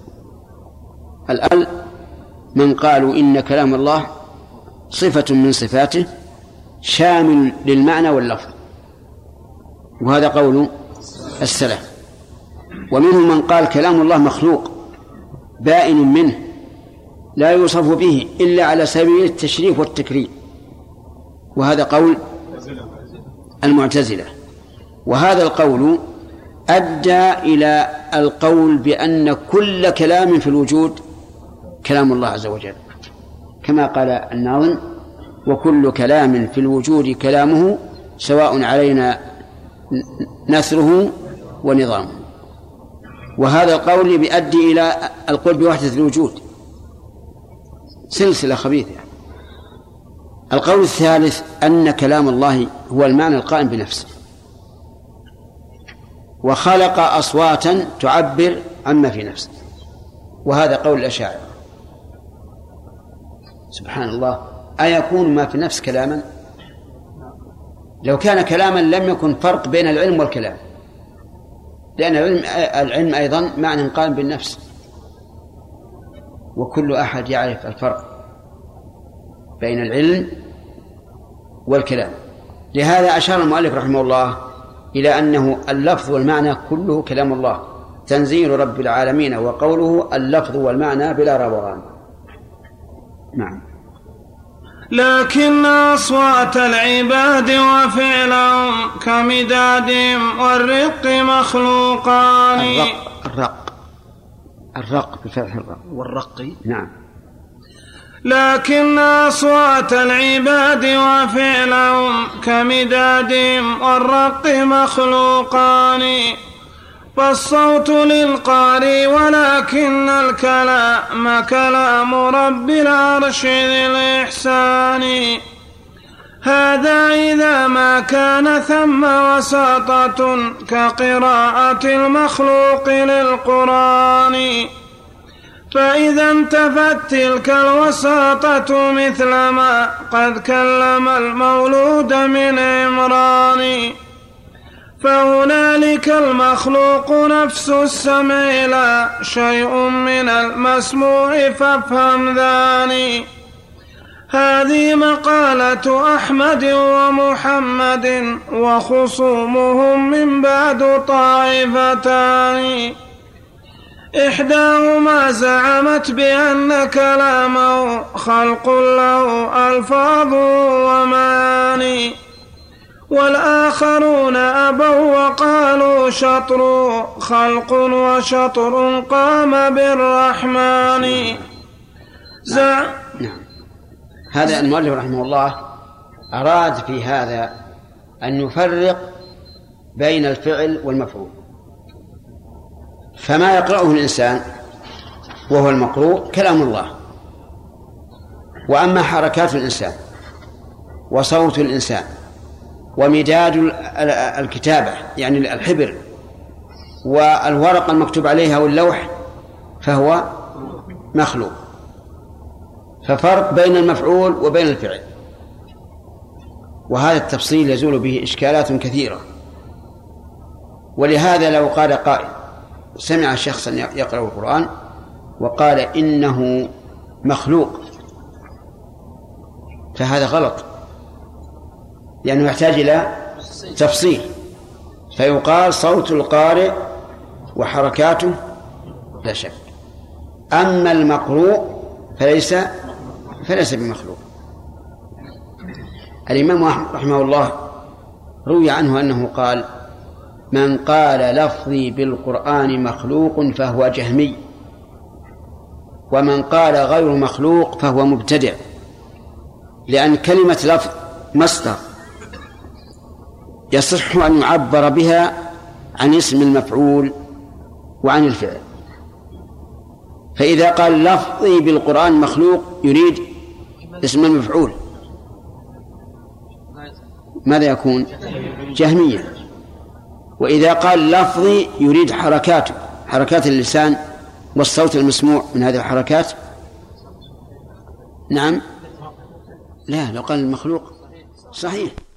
الآن من قالوا إن كلام الله صفة من صفاته شامل للمعنى واللفظ، وهذا قول السلف. ومنهم من قال كلام الله مخلوق بائن منه لا يوصف به إلا على سبيل التشريف والتكريم، وهذا قول المعتزلة. وهذا القول أدى إلى القول بأن كل كلام في الوجود كلام الله عز وجل، كما قال الناظم: وكل كلام في الوجود كلامه سواء علينا نثره ونظامه. وهذا القول يؤدي إلى القول بوحدة الوجود، سلسلة خبيثة. القول الثالث أن كلام الله هو المعنى القائم بنفسه، وخلق أصواتا تعبر عما في نفسه، وهذا قول الأشاعرة. سبحان الله، أيكون ما في نفس كلاما؟ لو كان كلاما لم يكن فرق بين العلم والكلام، لأن العلم, العلم أيضا معنى قائم بالنفس، وكل أحد يعرف الفرق بين العلم والكلام. لهذا أشار المؤلف رحمه الله إلى أنه اللفظ والمعنى كله كلام الله، تنزيل رب العالمين وقوله اللفظ والمعنى بلا روغان. نعم. لكن أصوات العباد وفعلهم كمداد والرق مخلوقان. الرق الرق الرق بفتح الرق والرق. نعم. لكن أصوات العباد وفعلهم كمداد والرق مخلوقان، فالصوت للقارئ ولكن الكلام كلام رب العرش ذي الإحسان. هذا إذا ما كان ثم وساطة كقراءة المخلوق للقرآن، فإذا انتفت تلك الوساطة مثلما قد كلم المولود من عمران، فهنالك المخلوق نفس السمع لا شيء من المسموع فافهم ذاني. هذه مقالة أحمد ومحمد وخصومهم من بعد طائفتان، إحداهما زعمت بأن كلامه خلق له ألفاظ ومعاني، والآخرون أبوا وقالوا شطر خلق وشطر قام بالرحمن. نعم. نعم. هذا المؤلف رحمه الله أراد في هذا أن يفرق بين الفعل والمفعول، فما يقرأه الإنسان وهو المقروء كلام الله، وأما حركات الإنسان وصوت الإنسان ومداد الكتابة يعني الحبر والورقة المكتوب عليها واللوح فهو مخلوق. ففرق بين المفعول وبين الفعل، وهذا التفصيل يزول به إشكالات كثيرة. ولهذا لو قال قائل سمع شخصا يقرأ القرآن وقال إنه مخلوق فهذا غلط، لأنه يحتاج إلى تفصيل، فيقال صوت القارئ وحركاته لا شك، أما المقروء فليس فليس بمخلوق. الإمام أحمد رحمه الله روي عنه أنه قال: من قال لفظي بالقرآن مخلوق فهو جهمي، ومن قال غير مخلوق فهو مبتدع، لأن كلمة لفظ مصدر يصح أن يعبر بها عن اسم المفعول وعن الفعل، فإذا قال لفظي بالقرآن مخلوق يريد اسم المفعول، ماذا يكون؟ جهمية. وإذا قال لفظي يريد حركاته، حركات اللسان والصوت المسموع من هذه الحركات، نعم لا، لو قال المخلوق صحيح.